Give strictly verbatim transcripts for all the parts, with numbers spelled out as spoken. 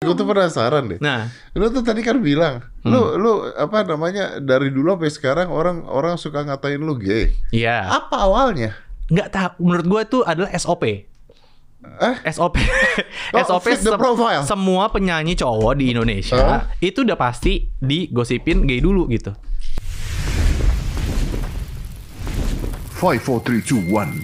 Gue tuh penasaran deh. Nah, lu tuh tadi kan bilang, hmm. lu lu apa namanya dari dulu sampai sekarang orang orang suka ngatain lu gay. Iya. Apa awalnya? Nggak tahu. Menurut gue itu adalah S O P. Eh? S O P. Oh, S O P fit the se- profile. semua penyanyi cowok di Indonesia uh? itu udah pasti digosipin gay dulu gitu. five, four, three, two, one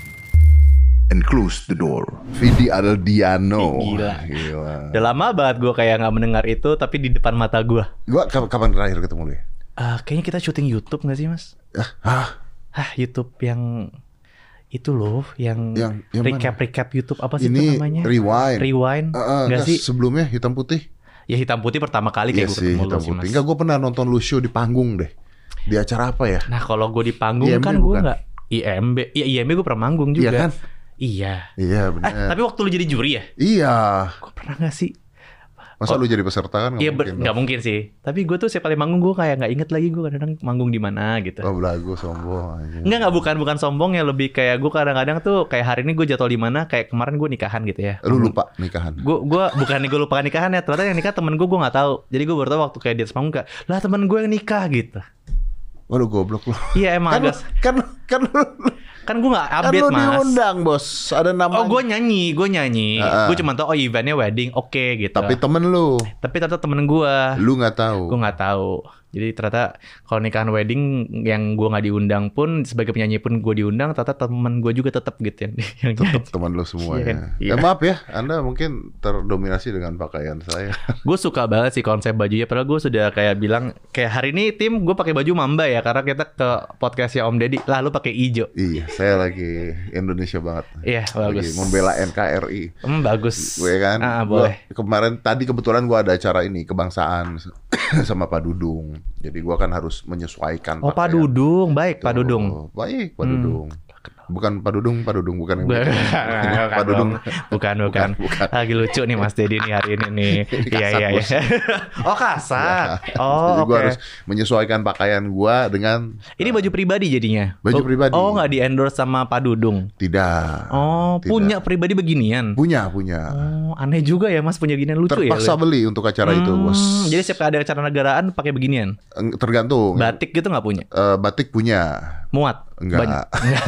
and close the door. Vidi Aldiano. Gila. Gila. Udah lama banget gue kayak nggak mendengar itu, tapi di depan mata gue. Gua kapan terakhir ketemu lu ya? Uh, kayaknya kita syuting YouTube nggak sih mas? Hah? Hah, YouTube yang itu loh, yang, Yang- yang recap mana? recap YouTube apa sih Ini itu namanya? Rewind. Rewind. Uh, uh, nggak enggak, sih? sebelumnya hitam putih. Ya hitam putih pertama kali Iya kayak gue sih, ketemu lo hitam sih mas. putih. Enggak, gue pernah nonton lu show di panggung deh. Di acara apa ya? Nah kalau gue di panggung I M B kan gue bukan? nggak I M B. Iya I M B gue pernah manggung juga. Iya kan? Iya. Iya Eh, benar. tapi waktu lu jadi juri ya? Iya. Gue pernah nggak sih? Masa Oh. lu jadi peserta kan? Iya Nggak mungkin nggak dong. mungkin sih. Tapi gue tuh setiap kali manggung gue kayak nggak inget lagi gue kadang-kadang manggung di mana gitu. Oh belagu sombong aja. Enggak enggak bukan bukan sombong ya, lebih kayak gue kadang-kadang tuh kayak hari ini gue jatuh di mana, kayak kemarin gue nikahan gitu ya. Lu lupa nikahan? Gue gue bukan nih gue lupa nikahan ya, ternyata yang nikah temen gue gue nggak tahu. Jadi gue baru tahu waktu kayak di atas panggung kayak, lah temen gue yang nikah gitu. Waduh goblok lu. Iya emang Kan lu, agak kan kan lu, kan gue nggak kan update lu mas. diundang bos. Ada nama. Oh gue nyanyi, gue nyanyi. Uh-uh. Gue cuma tahu oh eventnya wedding, oke gitu. Tapi temen lu, Tapi ternyata temen gue, lu nggak tahu. gue nggak tahu. Jadi ternyata kalau nikahan wedding yang gue nggak diundang pun, sebagai penyanyi pun gue diundang, ternyata temen gue juga tetap gitu yang, yang Tetep nyanyi. teman lu semuanya. Iya kan? Ya Iya. maaf ya, Anda mungkin terdominasi dengan pakaian saya. Gue suka banget sih konsep bajunya. Padahal gue sudah kayak bilang kayak hari ini tim gue pakai baju Mamba ya, karena kita ke podcastnya Om Deddy. Lah lu pakai hijau. Iya, saya lagi Indonesia banget. Iya bagus. Lagi membela N K R I. Hmm, bagus. Gue kan. Ah, Gua boleh. kemarin tadi kebetulan gue ada acara ini kebangsaan sama Pak Dudung. Jadi gue kan harus menyesuaikan. Oh Pak pakaian. Dudung, baik Pak Tuh, Dudung. Baik Pak Hmm. Dudung. Bukan Pak Dudung, Pak Dudung bukan yang Bukan, bikin. bukan Pak Dudung. Bukan, bukan. bukan. Lagi lucu nih Mas Deddy nih hari ini nih. Ini Iya, kasar, iya, Bos. iya. Oh, kasar. Ya. Oh, Jadi gue oke. harus menyesuaikan pakaian gue dengan Ini baju pribadi jadinya? Baju Oh, pribadi. Oh, nggak di-endorse sama Pak Dudung? tidak. Oh, Tidak. punya pribadi beginian? Punya, punya. Oh, aneh juga ya Mas punya ginian, lucu ya? Terpaksa beli untuk acara itu, Hmm, bos. Jadi setiap ada acara negaraan pakai beginian? Eng- Tergantung. Batik gitu nggak punya? Eh, batik punya. Muat? Enggak. Banyak.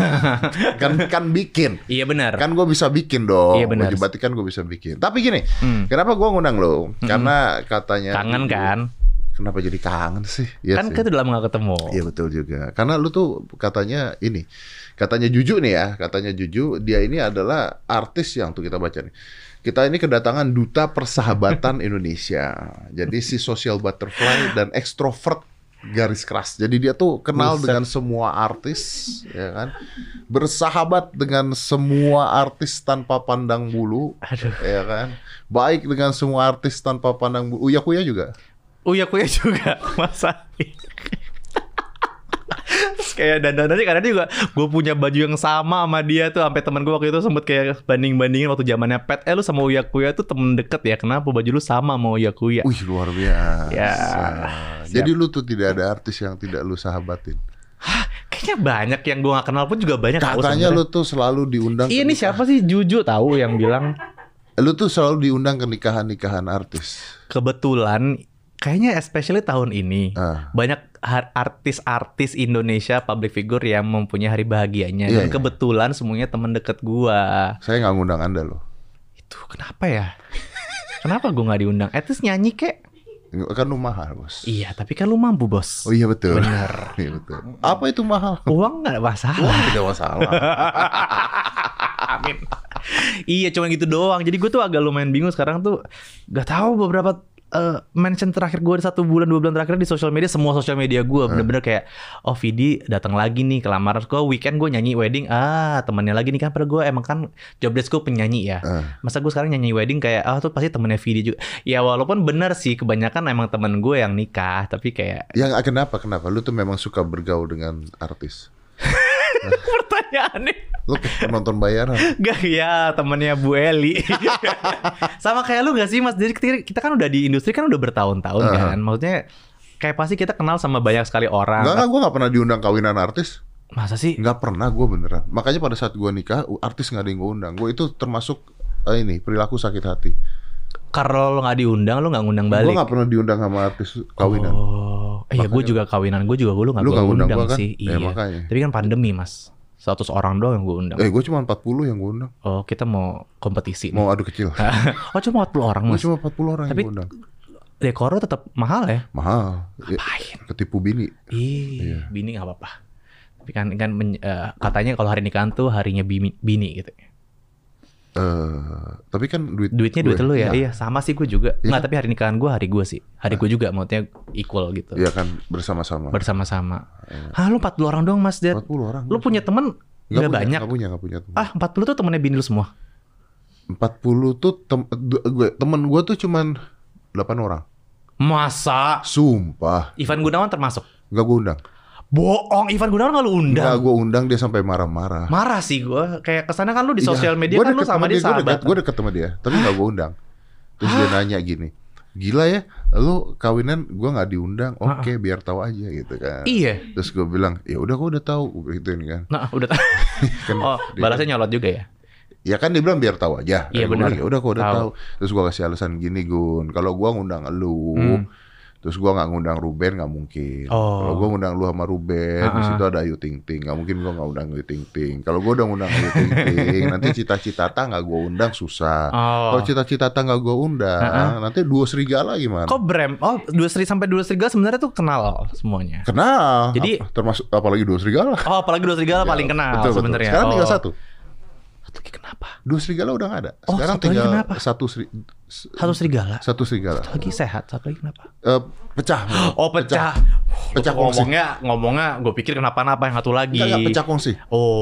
kan kan bikin. Iya benar. Kan gue bisa bikin dong. Iya, benar. Baju batik kan gue bisa bikin. Tapi gini, Hmm. kenapa gue ngundang lo? Karena katanya Kangen kan? Kenapa jadi kangen sih? Iya Kan sih. kita udah lama nggak ketemu. Iya betul juga. Karena lu tuh katanya ini, katanya Juju nih ya, katanya Juju dia ini adalah artis yang tuh kita baca nih. Kita ini kedatangan duta persahabatan Indonesia. Jadi si social butterfly dan extrovert garis keras. Jadi dia tuh kenal Buset. dengan semua artis, ya kan? Bersahabat dengan semua artis tanpa pandang bulu, Aduh. ya kan? Baik dengan semua artis tanpa pandang bulu. Uya Kuya juga. Uya Kuya juga masa. Terus kayak dandanannya karena dia juga gue punya baju yang sama sama dia tuh, sampai teman gue waktu itu sempet kayak banding-bandingin waktu zamannya pet. Eh lu sama Uya Kuya tuh temen deket ya, kenapa baju lu sama sama Uya Kuya? Wih luar biasa. Ya, Jadi lu tuh tidak ada artis yang tidak lu sahabatin. Hah, kayaknya banyak yang gue gak kenal pun juga banyak. tahu Katanya sebenarnya. lu tuh selalu diundang. Iya, ini ke siapa sih Juju tahu yang bilang nikah- Lu tuh selalu diundang ke nikahan-nikahan artis. kebetulan kayaknya especially tahun ini Ah. banyak har- artis-artis Indonesia public figure yang mempunyai hari bahagianya. Iya, Dan iya. kebetulan semuanya temen deket gua. Saya nggak ngundang Anda loh. Itu kenapa ya? Kenapa gua nggak diundang? Eh terus nyanyi kek? Kan lu mahal bos. Iya tapi kan lu mampu bos. Oh iya betul. Bener. Iya betul. Apa itu mahal? Uang nggak masalah. Wah, tidak masalah. Amin. Iya cuma gitu doang. Jadi gue tuh agak lumayan bingung sekarang tuh. Gak tahu beberapa eh, mention terakhir gue di satu bulan dua bulan terakhir di sosial media, semua sosial media gue bener-bener kayak oh Vidi datang lagi nih ke lamaran gue, weekend gue nyanyi wedding, ah temennya lagi nih kan, padahal gue emang kan job desk gue penyanyi ya. Eh. Masa gue sekarang nyanyi wedding kayak ah tuh pasti temennya Vidi juga. Ya walaupun bener sih kebanyakan emang temen gue yang nikah, tapi kayak Yang kenapa? Kenapa? Lu tuh memang suka bergaul dengan artis. pertanyaannya Lu kayak penonton bayaran. gak ya temennya Bu Eli. Sama kayak lu gak sih Mas? Jadi kita, kita kan udah di industri kan udah bertahun-tahun Uh-huh. kan. Maksudnya kayak pasti kita kenal sama banyak sekali orang. Enggak, enggak, gue gak pernah diundang kawinan artis. Masa sih? Nggak pernah gue beneran. Makanya pada saat gue nikah, artis nggak ada yang gue undang. Gue itu termasuk eh, ini perilaku sakit hati. Kalau lo nggak diundang, lo nggak ngundang Gue balik. nggak pernah diundang sama artis kawinan. Oh, iya gue juga kawinan, gue juga gue lo nggak Lu gue nggak undang undang gua kan? sih. Ya, Iya. makanya. Tapi kan pandemi mas, seratus orang doang yang gue undang. Eh gue cuma empat puluh yang gue undang. Oh kita mau kompetisi. nih. Mau adu kecil. Oh cuma empat puluh orang Gue mas. cuma empat puluh orang Tapi yang gue undang. dekornya tetap mahal ya. Mahal. Ya, Ngapain? ketipu bini. Ih, bini nggak apa-apa. Tapi kan kan men- eh, katanya kalau hari nikahan tuh harinya bini, bini gitu. Eh, tapi kan duit Duitnya duit gue. lu ya? Iya. Iya, sama sih gue juga. Iya Nggak, kan? tapi hari nikahan gue hari gue sih. Hari gue juga maksudnya equal gitu. Iya kan bersama-sama. Bersama-sama. Hah, lu empat puluh orang doang Mas Dad. empat puluh orang. Lu punya temen Nggak nggak punya, banyak? Nggak punya, nggak punya temen. Ah, empat puluh tuh temennya bini lu semua? empat puluh tuh tem du- gue temen gue tuh cuman delapan orang. Masa? Sumpah. Ivan Gunawan termasuk? Nggak gue undang. Bohong, Ivan Gunawan nggak lu undang? Nggak gue undang, dia sampai marah-marah. Marah sih gue. Kayak kesana kan lu di Iya, sosial media gua kan lu deket sama dia Gue sahabat. deket, gue deket sama dia, tapi nggak gue undang. Terus dia nanya gini, gila ya, lu kawinan gue nggak diundang, oke biar tahu aja gitu kan. Iya. Terus gue bilang, ya udah gue udah tahu gitu ini kan. Nah, udah tahu. Kan Oh, dia- balasnya nyolot juga ya? Ya kan dia bilang biar tahu aja. Iya, Gua benar. bilang, ya udah gue udah Tahu. tahu. Terus gue kasih alasan gini Gun, kalau gue ngundang lu, Hmm. terus gue nggak ngundang Ruben nggak mungkin. Oh. Kalau gue ngundang lu sama Ruben, di Uh-uh. situ ada Ayu Ting Ting, nggak mungkin gue nggak undang Ayu Ting Ting. Kalau gue udah ngundang Ayu Ting Ting, nanti Cita Citata nggak gue undang susah. Oh. Kalau Cita Citata nggak gue undang, Uh-uh. nanti Duo Serigala gimana? Kok Brem? Oh, dua Sri sampai dua Serigala sebenarnya tuh kenal semuanya. Kenal. Jadi- Apa- termasuk apalagi Duo Serigala. Oh, apalagi dua Serigala Ya, paling kenal betul, betul. sebenarnya. Sekarang oh. tinggal satu. Satu lagi kenapa? Duo Serigala udah nggak ada. Oh, Sekarang satu lagi tinggal kenapa? satu Sri, Satu Serigala. satu Serigala. Satu lagi sehat, satu lagi kenapa? Eh, pecah. Oh, pecah. Pecah Gua kongsi. ngomongnya, ngomongnya gue pikir kenapa-napa yang satu lagi. Enggak, enggak, pecah kongsi.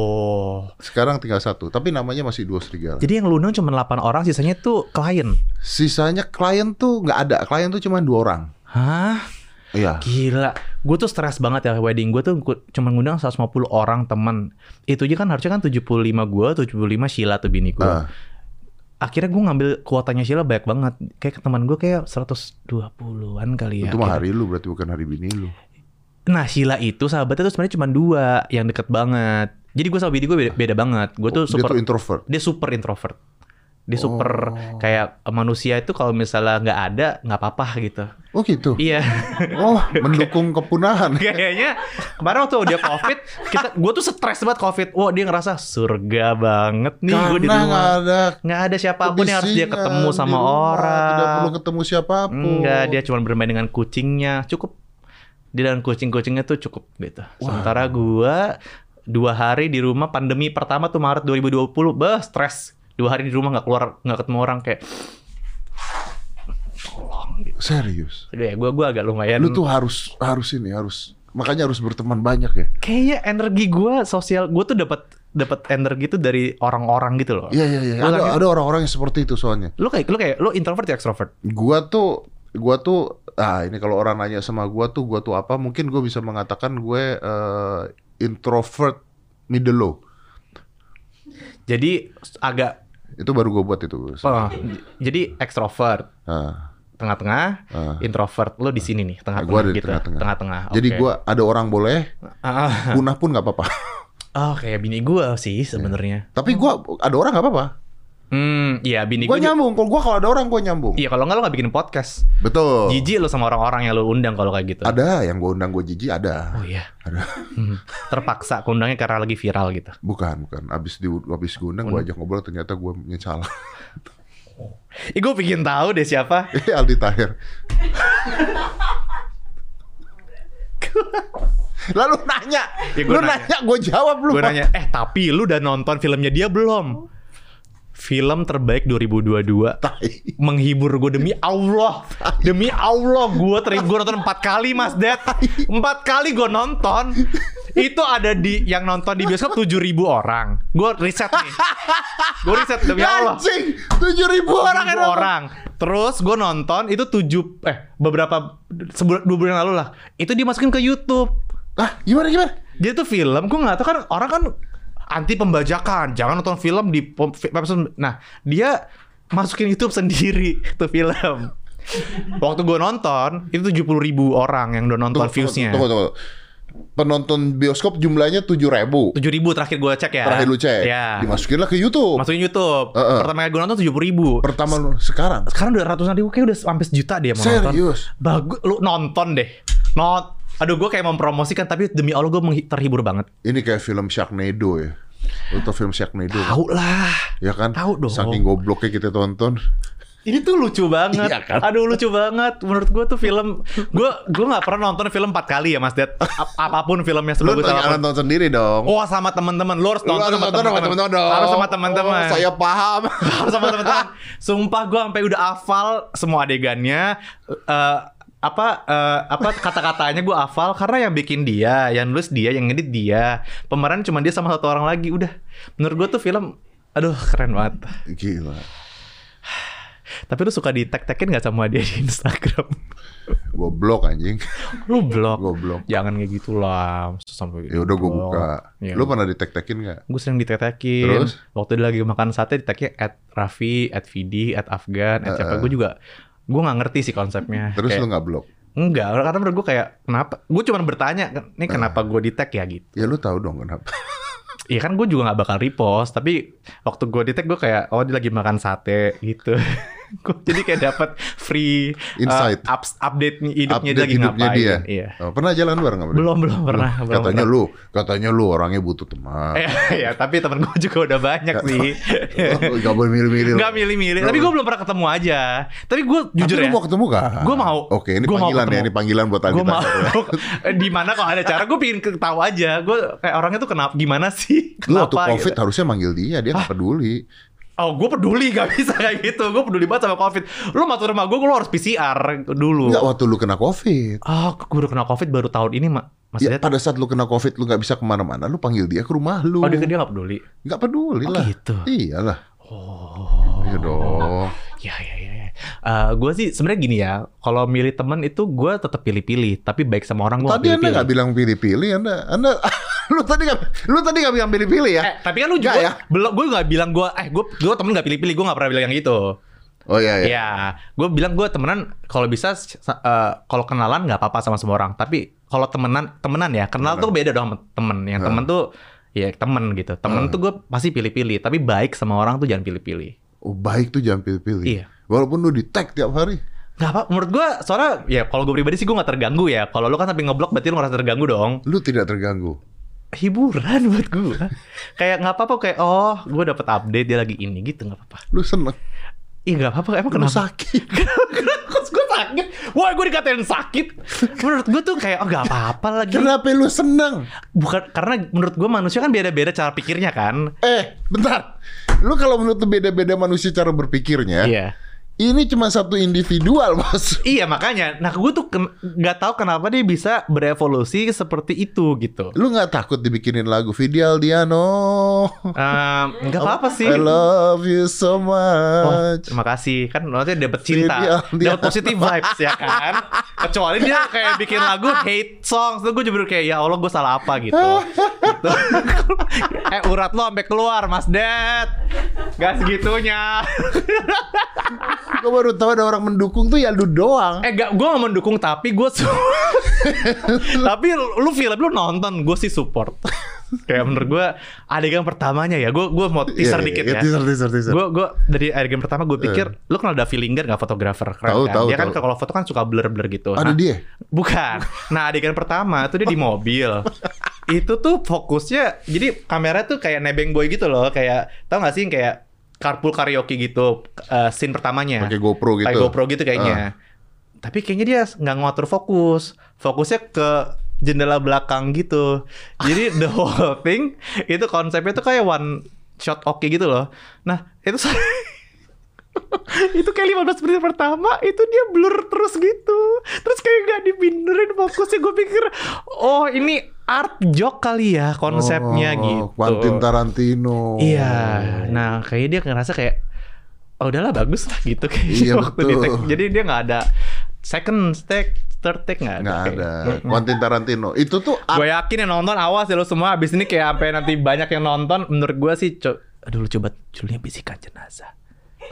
Oh. Sekarang tinggal satu, tapi namanya masih Duo Serigala. Jadi yang lu undang cuma delapan orang, sisanya tuh klien. Sisanya klien tuh nggak ada. Klien tuh cuma dua orang. Hah? Iya. Gila. Gue tuh stres banget ya wedding gue tuh ku- cuma ngundang seratus lima puluh orang teman. Itu aja kan harusnya kan tujuh puluh lima gue, tujuh puluh lima Sheila tuh bini gue. Ah. Akhirnya gue ngambil kuotanya Sheila banyak banget. Kayak teman gue kayak seratus dua puluhan kali ya. Itu mah Akhirnya- hari lu, berarti bukan hari bini lu. Nah Sheila itu sahabatnya tuh sebenarnya cuma dua yang deket banget. Jadi gue sama bini gue beda, beda banget. Gue tuh Dia super, tuh introvert. dia super introvert. Dia super Oh. kayak manusia itu kalau misalnya nggak ada nggak apa-apa gitu. Oh gitu. Iya. Oh, mendukung kepunahan. Kayaknya kemarin waktu dia COVID, kita gue tuh stres banget COVID. Wah dia ngerasa surga banget nih gue di Karena rumah. nggak ada Nggak ada siapapun yang harus dia kebisingan ketemu di sama rumah, orang. Tidak perlu ketemu siapapun. Enggak, dia cuma bermain dengan kucingnya. Cukup. Dia dan kucing-kucingnya tuh cukup gitu. Sementara gua dua hari di rumah pandemi pertama tuh Maret dua ribu dua puluh, bah stres. Dua hari di rumah nggak keluar, nggak ketemu orang kayak. Tolong gitu. Serius. Aduh ya, gua gua agak lumayan. Lu tuh harus harus ini harus makanya harus berteman banyak ya. Kayaknya energi gua sosial, gua tuh dapat dapat energi tuh dari orang-orang gitu loh. Iya iya iya. Lu Ada kan- ada orang-orang yang seperti itu soalnya. Lu kayak lu kayak lu introvert ya extrovert? Gua tuh gua tuh ah ini kalau orang nanya sama gua tuh gua tuh apa, mungkin gua bisa mengatakan gue eh, introvert middle low. Jadi agak Itu baru gua buat itu. oh, jadi extrovert, Ah, tengah-tengah, ah. introvert. Lu di sini nih, Gua tengah-tengah ada di gitu. tengah-tengah. Tengah-tengah. Jadi oke. gua ada orang boleh, Ah, punah pun nggak apa-apa. oh, kayak bini gua sih sebenarnya. Tapi gua ada orang nggak apa-apa. Hmm, iya bini Gua gua. ju- nyambung. Kalau gua kalau ada orang gua nyambung. Iya, kalau enggak lu nggak bikin podcast. Betul. Jijik lu sama orang-orang yang lu undang kalau kayak gitu. Ada yang gua undang gua jijik ada. Oh iya. Ada. Hmm. Terpaksa undangnya karena lagi viral gitu. Bukan, bukan. Abis di abis gua undang gua ajak ngobrol ternyata gua nyesal. Ih, gue bikin tahu deh siapa. Eh Aldi Tahir. Lalu nanya, Ya, gua lu nanya. nanya, gue jawab lu. Gue nanya, eh tapi lu udah nonton filmnya dia belum? Film terbaik dua ribu dua puluh dua. Tai. Menghibur gue demi Allah. Demi Allah gue terhibur. Gue nonton empat kali Mas Dad. Empat kali gue nonton. Itu ada di yang nonton di bioskop tujuh ribu orang. Gue riset nih. Gue riset demi Allah. Anjing, tujuh ribu orang yang Tujuh nonton. orang. Terus gue nonton itu tujuh eh beberapa sebulan dua bulan lalu lah. Itu dimasukin ke YouTube. Ah, gimana gimana? Dia tuh film, gue nggak tahu kan orang kan anti pembajakan, jangan nonton film di pom- website. Nah dia masukin YouTube sendiri tuh film. Waktu gue nonton itu tujuh puluh ribu orang yang udah nonton Tunggu, viewsnya. Tunggu, tunggu. penonton bioskop jumlahnya tujuh ribu. tujuh ribu terakhir gue cek ya. Terakhir lu cek. Iya. Dimasukin lah ke YouTube. Masukin YouTube. Uh-uh. Pertama kali gue nonton tujuh puluh ribu. Pertama lu sekarang. Sekarang udah ratusan ribu, kayak udah sampai sejuta dia mau nonton. Serius? Bagus, lu nonton deh. Not, aduh gue kayak mempromosikan, tapi demi Allah gue menghi- terhibur banget. Ini kayak film Sharknado ya. Lu tau film Sharknado? Tahu lah. Ya kan? Tahu dong. Saking gobloknya kita tonton. Ini tuh lucu banget. Iya kan? Aduh lucu banget. Menurut gue tuh film, gue gue nggak pernah nonton film empat kali ya Mas Dad. Ap- apapun filmnya Lu sebagus jangan apapun. nonton sendiri dong. Oh sama teman-teman, lu harus Lu nonton harus sama nonton sama teman-teman. teman-teman dong. Harus sama teman-teman. Oh, saya paham. Harus sama teman-teman. Sumpah gue sampai udah hafal semua adegannya. Eh, apa eh, apa kata-katanya gue hafal karena yang bikin dia, yang nulis dia, yang ngedit dia. Pemeran cuma dia sama satu orang lagi. Udah. Menurut gue tuh film, aduh keren banget. Gila. Tapi lu suka di tag-tagin gak sama dia di Instagram? Gue blok anjing. Lu blok. Gue blok. Jangan kayak gitu lah. Sampai Ya udah gue blok. buka. Ya. Lu pernah di tag-tagin gak? Gue sering ditetekin. Terus? Waktu dia lagi makan sate ditagnya at Raffi, at Vidi, at Afgan, at siapa. Gue juga, gue gak ngerti sih konsepnya. Terus Kayak, lu gak blok? enggak, karena menurut gue kayak, kenapa? Gue cuma bertanya, ini kenapa gue di tag ya gitu. Ya lu tahu dong kenapa. Iya kan gue juga gak bakal repost. Tapi waktu gue di tag gue kayak, oh dia lagi makan sate gitu. Gue jadi kayak dapat free Insight. uh, ups, update hidupnya Update dia lagi hidupnya ngapain. dia. Iya. Oh, pernah jalan bareng nggak? Belum belum pernah. Belum Katanya pernah. lu, katanya lu orangnya butuh teman. Eh, ya tapi temen gue juga udah banyak sih. Oh, gak boleh milih-milih. Gak milih-milih. Tapi gue belum pernah ketemu aja. Tapi gue jujur Tapi ya. lu mau ketemu kan? Gue mau. Oke, ini Gua mau panggilan ya, ketemu. ini panggilan buat Aldi Gue mau. Taher. Di mana kalau ada cara gue pengen tahu aja. Gue kayak orangnya tuh kenapa? Gimana sih? Lu waktu Kenapa? COVID gitu. harusnya manggil dia, dia nggak peduli. Oh, gue peduli, gak bisa kayak gitu. Gue peduli banget sama COVID. Lu masuk rumah gue, lu harus P C R dulu. Enggak, waktu lu kena COVID. Oh, gue udah kena COVID baru tahun ini, Mak. Mas Ya, Dad. pada saat lu kena COVID, lu nggak bisa kemana-mana, lu panggil dia ke rumah lu. Oh, dia, dia gak peduli. Nggak peduli Oh, lah. gitu. Iyalah. Oh. Iya dong. Ya, ya, ya. ya. Uh, gue sih sebenarnya gini ya. Kalau milih temen itu gue tetap pilih-pilih. Tapi baik sama orang gue gak Tadi Anda pilih-pilih. nggak bilang pilih-pilih, Anda, Anda, lu tadi nggak, lu tadi nggak bilang pilih-pilih ya? Eh, tapi kan lu Nggak juga ya? belum, gue gak bilang gue, eh gue gue temen gak pilih-pilih, gue gak pernah bilang yang gitu. Oh iya iya. Ya, gue bilang gue temenan kalau bisa, uh, kalau kenalan nggak apa-apa sama semua orang. Tapi kalau temenan, temenan ya, kenal tuh beda dong sama temen. Yang Hmm. temen tuh ya temen gitu. Temen Hmm. tuh gue pasti pilih-pilih. Tapi baik sama orang tuh jangan pilih-pilih. Oh baik tuh jangan pilih-pilih. Iya. Walaupun lu di tag tiap hari. Gak apa, menurut gue soalnya ya kalau gue pribadi sih gue gak terganggu ya. Kalau lu kan sampai ngeblok berarti lu ngerasa terganggu dong. Lu tidak terganggu. Hiburan buat gue. Kayak nggak apa-apa, kayak oh gue dapet update dia lagi ini gitu, nggak apa-apa. Lu seneng. Ih nggak apa-apa, emang Lu kenapa? sakit. Kenapa gue sakit? Wah gue dikatain sakit. Menurut gue tuh kayak oh nggak apa-apa lagi. Kenapa lu seneng? Bukan karena menurut gue manusia kan beda-beda cara pikirnya kan. Eh, bentar. Lu kalau menurut lu beda-beda manusia cara berpikirnya. Iya. Ini cuma satu individual, Bos. Iya makanya. Nah gue tuh ken- nggak tahu kenapa dia bisa berevolusi seperti itu gitu. Lu nggak takut dibikinin lagu Vidi Aldiano? Ehm, nggak apa-apa sih. I love you so Oh, much. terima kasih. Kan nanti dapet cinta, Dia- dia- dapet positive vibes ya kan. Kecuali dia kayak bikin lagu hate songs, tuh gue juga kayak ya Allah gue salah apa gitu. gitu. Eh urat lo sampai keluar Mas Dad. Gak segitunya. Gue baru tahu ada orang mendukung tuh ya lu doang. Eh gak, gue gak mendukung tapi gue su- tapi lu film lu nonton, gue sih support. Kayak menurut gue adegan pertamanya ya, gue gue mau teaser Iya, dikit iya, ya. Teaser, teaser, teaser. Gue gue dari adegan pertama gue pikir, lu kenal Davi Lingard nggak, fotografer keren Tahu, kan? tahu, Dia kan tahu. kalau foto kan suka blur-blur gitu. Ada Nah, dia? Bukan. Nah adegan pertama tuh dia di mobil. Itu tuh fokusnya, jadi kamera tuh kayak nebeng boy gitu loh, kayak tau gak sih kayak carpool karaoke gitu, uh, scene pertamanya. Pakai GoPro gitu. Kayak GoPro gitu kayaknya. Tapi kayaknya dia nggak ngatur fokus. Fokusnya ke jendela belakang gitu. Jadi the whole thing itu konsepnya tuh kayak one shot oke gitu loh. Nah itu itu kayak lima belas menit pertama itu dia blur terus gitu. Terus kayak gak dibenerin fokusnya. Gue pikir oh ini art joke kali ya konsepnya Oh, gitu. Quentin Tarantino. Iya. Nah kayaknya dia ngerasa kayak oh udahlah bagus lah gitu kayaknya Iya, waktu betul. di take. Jadi dia nggak ada second take, third take nggak ada. Nggak kayak. ada. Mm-mm. Quentin Tarantino. Itu tuh art. Gue yakin yang nonton awas ya lo semua. Abis ini kayak sampai nanti banyak yang nonton. Menurut gue sih, co- aduh lu coba judulnya Bisikan Jenazah. Apa?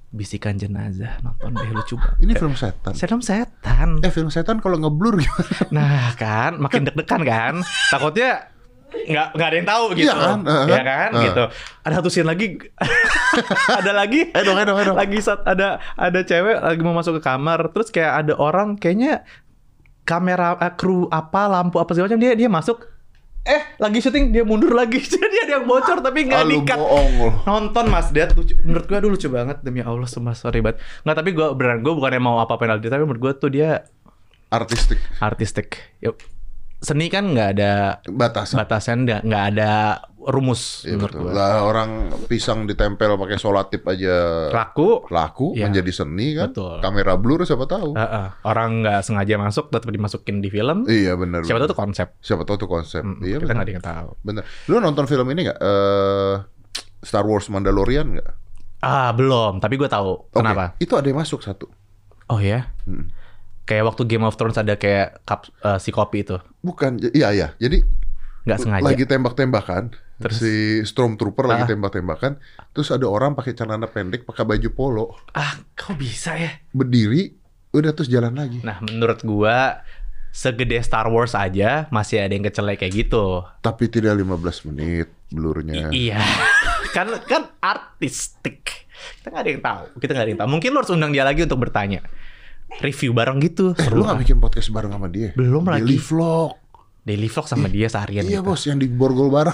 Bisikan Jenazah, nonton deh, lucu banget. Ini film setan. Film setan. Eh film setan kalau ngeblur gimana? Nah kan, makin deg-degan kan. Takutnya nggak nggak ada yang tahu gitu, Iya kan? Uh, ya kan, uh. gitu. Ada satu scene lagi, ada lagi, Eh dong, eh dong, eh dong. lagi saat ada ada cewek lagi mau masuk ke kamar, terus kayak ada orang kayaknya kamera uh, kru apa lampu apa segala macam dia dia masuk, eh lagi syuting dia mundur lagi, jadi ada yang bocor tapi nggak Ah, lu di-cut. bohong lu. Nonton Mas Dad, lucu. Menurut gue aduh lucu banget demi Allah, semua sorry banget. Nggak, tapi gue beneran gue bukannya mau apa penalti, tapi menurut gue tuh dia Artistik. artistik. Yuk. Seni kan nggak ada Batasan. batasan, nggak nggak ada rumus Iya menurut betul. gue. Lah orang pisang ditempel pakai solatip aja Laku. laku Iya. menjadi seni kan. Betul. Kamera blur siapa tahu. Uh-uh. Orang nggak sengaja masuk tetap dimasukin di film. Iya benar. Siapa tahu benar. tuh konsep. Siapa tahu tuh konsep. Mm, Iya kita benar. nggak ada yang tahu. Bener. Lu nonton film ini nggak? Eh, Star Wars Mandalorian nggak? Ah belum, tapi gue tahu Oke, kenapa. Itu ada yang masuk satu. Oh ya, Hmm. kayak waktu Game of Thrones ada kayak cup, uh, si kopi itu, Bukan. j- Iya iya. Jadi nggak sengaja. lagi tembak-tembakan. Terus? Si Stormtrooper lagi Ah. tembak-tembakan. Terus ada orang pakai celana pendek, pakai baju polo, Ah, kok bisa ya? berdiri, udah terus jalan lagi. Nah, menurut gua segede Star Wars aja masih ada yang kecelek kayak gitu. Tapi tidak lima belas menit blurnya. I- iya. kan kan artistik. Kita nggak ada yang tahu. Kita nggak ada yang tahu. Mungkin lo harus undang dia lagi untuk bertanya. Review bareng gitu. Eh, Seru lu gak kan? bikin podcast bareng sama dia? Belum lagi. Daily vlog. Daily vlog sama dia seharian Iya gitu. bos, yang di borgol bareng.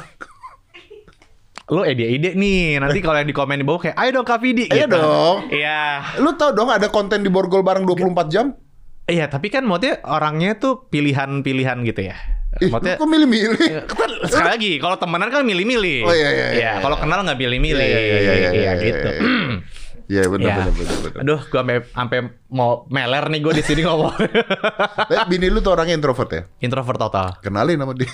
Lo ide-ide nih. Nanti kalau yang di komen di bawah kayak, ayo dong Kak Vidi. Ayo gitu. dong. Iya. Lu tau dong ada konten di borgol bareng dua puluh empat jam? Iya, tapi kan maksudnya orangnya tuh pilihan-pilihan gitu ya. Ih, Maksudnya lu kok milih-milih? kan sekali lagi kalau temenan kan milih-milih. Oh, iya, iya, iya, kalau iya. kenal nggak milih-milih. Iya, iya, iya, iya, iya, gitu. iya, Iya benar Ya. benar benar benar. Aduh, gua sampai sampai mau meler nih gue di sini ngomong. Eh, bini lu tuh orangnya introvert ya? Introvert total. Kenalin sama dia.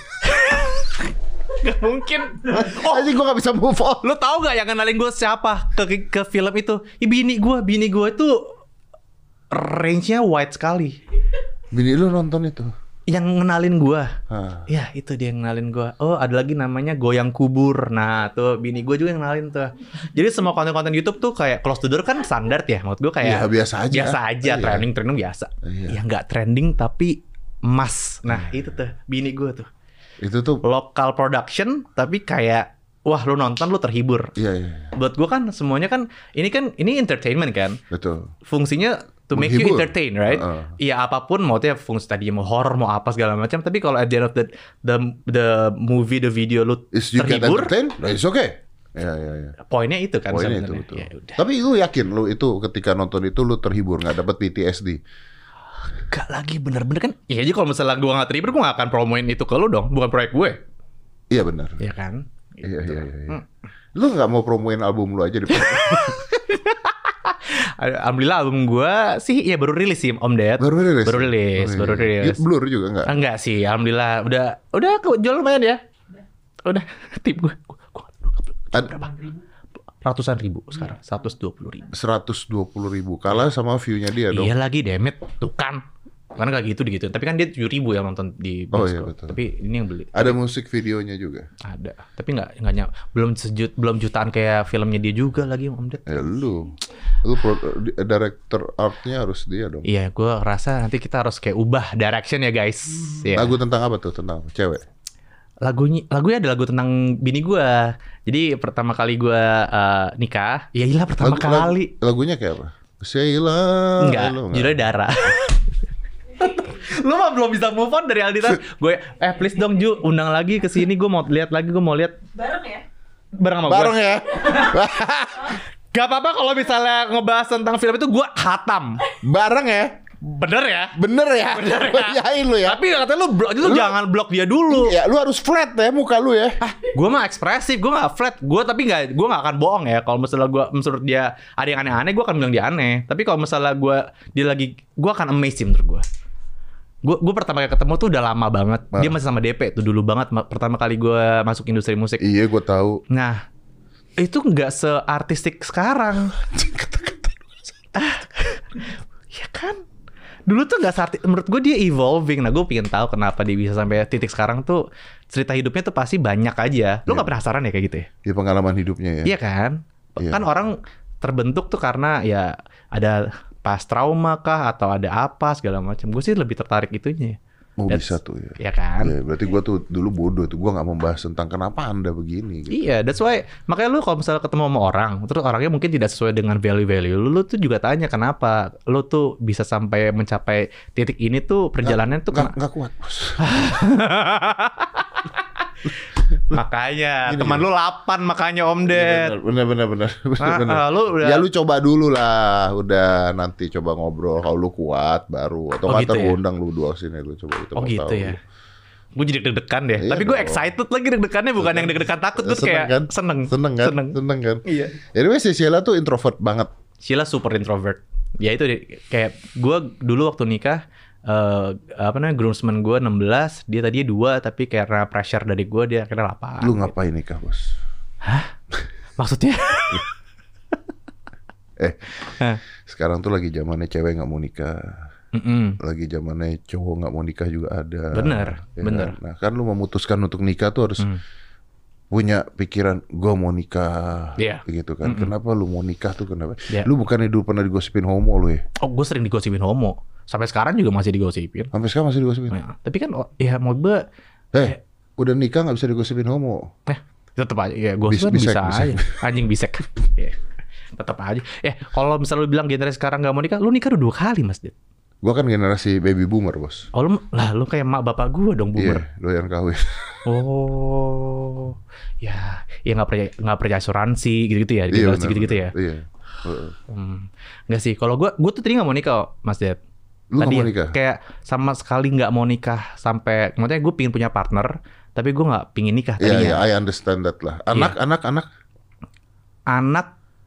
Gak mungkin. Oh, aja gua gak bisa move on. Lu tahu gak yang kenalin gue siapa ke ke film itu? Ih, bini gue, bini gue itu range-nya wide sekali. Bini lu nonton itu? Yang ngenalin gue. Hah. Ya itu dia yang ngenalin gue. Oh ada lagi namanya Goyang Kubur. Nah tuh bini gue juga yang ngenalin tuh. Jadi semua konten-konten YouTube tuh kayak close the door kan standar ya. Menurut gue kayak Iya, biasa aja. Biasa aja, Iya. trending-trending biasa. Iya. Ya nggak trending tapi emas. Nah itu tuh bini gue tuh. Itu tuh Local production tapi kayak wah lu nonton lu terhibur. iya iya iya. Buat gue kan semuanya kan ini kan ini entertainment kan. Betul. Fungsinya to make you Menghibur. entertain, right? Uh-uh. Iya apapun, maksudnya fungsi tadi mau horror, mau apa segala macam. Tapi kalau at the end of the the the movie, the video lu Is you get terhibur, entertained? Nah, it's okay. Iya iya iya. poinnya itu kan Poinnya itu sebenarnya. betul. Ya udah. Tapi lu yakin lu itu ketika nonton itu lu terhibur nggak dapat P T S D? Gak lagi bener-bener kan? Iya aja kalau misalnya gua nggak terhibur, gua nggak akan promoin itu ke lu dong, bukan proyek gue. Iya benar. Iya kan? Iya Gitu. iya iya. iya. Hmm. Lu nggak mau promoin album lu aja di Alhamdulillah album gua sih ya baru rilis sih Om Ded. Baru rilis. Baru rilis, Oh, iya. baru rilis. Blur juga nggak? Enggak sih, alhamdulillah udah udah jual lumayan ya. Udah tip gue. Gua, gua, Ad- berapa? Ratusan ribu sekarang, seratus dua puluh ribu. seratus dua puluh ribu kalah sama view-nya dia dong. Iya lagi demet, tuh kan. Karena kayak gitu gitu. Tapi kan dia tujuh ribu yang nonton di Oh, iya, bioskop. betul. Tapi ini yang beli. Ada musik videonya juga. Ada. Tapi nggak nggak nyam. Belum sejut, belum jutaan kayak filmnya dia juga lagi Om Ded. Ya lu, lu pro, director artnya harus dia dong. Iya, gue rasa nanti kita harus kayak ubah direction ya guys. Iya. Lagu tentang apa tuh? Tentang cewek. Lagunya, lagunya ada lagu tentang bini gue. Jadi pertama kali gue uh, nikah, ya iyalah pertama Lagu- kali. lagu- lagunya kayak apa? Sheila. Enggak, Lu judulnya Dara. Lu mah belum bisa move on dari Alditan. Gue eh please dong Ju, undang lagi ke sini, gue mau lihat lagi, gue mau lihat Bareng ya? bareng sama Bareng gue. ya. Gak apa-apa kalau misalnya ngebahas tentang film itu gue hatam. Bareng ya. Bener ya? Bener ya. Bener ya? Yain lu ya. Tapi katanya lu blok itu Lu- jangan blok dia dulu. Ya, lu harus flat ya muka lu ya. Gue mah ekspresif, gue gak flat. Gue tapi gak, gue gak akan bohong ya. Kalau misalnya gue menurut dia ada yang aneh-aneh, gue akan bilang dia aneh. Tapi kalau misalnya gue dia lagi, gue akan amazed sih menurut gue. Gue gue pertama kali ketemu tuh udah lama banget. Dia masih sama D P tuh dulu banget. ma- Pertama kali gue masuk industri musik. Iya, gue tahu. Nah, itu nggak seartistik sekarang. Ah, ya kan? Dulu tuh nggak seartis. Menurut gue dia evolving. Nah, gue pengen tahu kenapa dia bisa sampai titik sekarang tuh cerita hidupnya tuh pasti banyak aja. Lu nggak penasaran ya kayak gitu ya? Ya pengalaman hidupnya ya. Iya kan? Iya. Kan orang terbentuk tuh karena ya ada pas trauma kah atau ada apa segala macam. Gue sih lebih tertarik itunya. Oh That's- bisa tuh ya. Ya kan? Ya, berarti gue tuh dulu bodoh tuh. Gue nggak membahas tentang kenapa anda begini. Gitu. Iya, that's why makanya lu kalau misalnya ketemu sama orang, terus orangnya mungkin tidak sesuai dengan value-value lu, lu tuh juga tanya kenapa lu tuh bisa sampai mencapai titik ini tuh perjalanannya tuh Nggak kena- nggak kuat bos. makanya Gini, teman gini. lu delapan makanya Om Ded. Bener bener bener. bener, Ah, bener. ah, lu udah Ya lu coba dulu lah. Udah nanti coba ngobrol. Kalau lu kuat baru. Atau Oh, nggak gitu ya? terundang lu dua sini lu coba kita Oh mau gitu tahu. ya. Gue jadi deg-degan deh. Iya Tapi gue dong. excited lagi deg-degannya bukan yang deg-degan takut. Gue Seneng kayak kan? seneng. Seneng kan? Seneng. Seneng kan? Iya. Anyway si Sheila tuh introvert banget. Sheila super introvert. Ya itu deh, kayak gue dulu waktu nikah eh apa namanya groomsman gue enam belas, dia tadinya dua tapi karena pressure dari gue dia akhirnya delapan. Lu ngapain nikah bos? Maksudnya? Eh Hah. sekarang tuh lagi zamannya cewek nggak mau nikah. Mm-mm. Lagi zamannya cowok nggak mau nikah juga ada. Bener, Ya bener. kan? Nah kan lu memutuskan untuk nikah tuh harus Hmm. punya pikiran gue mau nikah, Iya. gitu kan? Kenapa lu mau nikah tuh kenapa? Iya. Lu bukannya dulu pernah digosipin homo lu ya? Oh gue sering digosipin homo. Sampai sekarang juga masih digosipin. Sampai sekarang masih digosipin? Nah, tapi kan oh, ya mau gue Eh, udah nikah nggak bisa digosipin homo? eh tetap aja ya gue Bis- kan bisek, bisa bisek. aja. Anjing bisek. Ya. Tetap aja. Eh kalau misalnya lu bilang generasi sekarang nggak mau nikah, lu nikah udah dua kali Mas Dit. Gue kan generasi baby boomer bos. Oh lu, lah lu kayak mak bapak gue dong boomer. Iya, doyan kawin. Oh, ya, ya nggak percaya nggak percaya asuransi gitu-gitu ya, Iya, generasi benar, gitu-gitu ya. benar. Iya. Heeh. Hmm, nggak sih. Kalau gue, gue tuh tadi nggak mau nikah, Mas Ded. Lu nggak Tadi mau ya, nikah? kayak sama sekali nggak mau nikah sampai, maksudnya gue pingin punya partner, tapi gue nggak pingin nikah Iya, tadinya. iya, I understand that lah. Anak, anak, anak. Anak,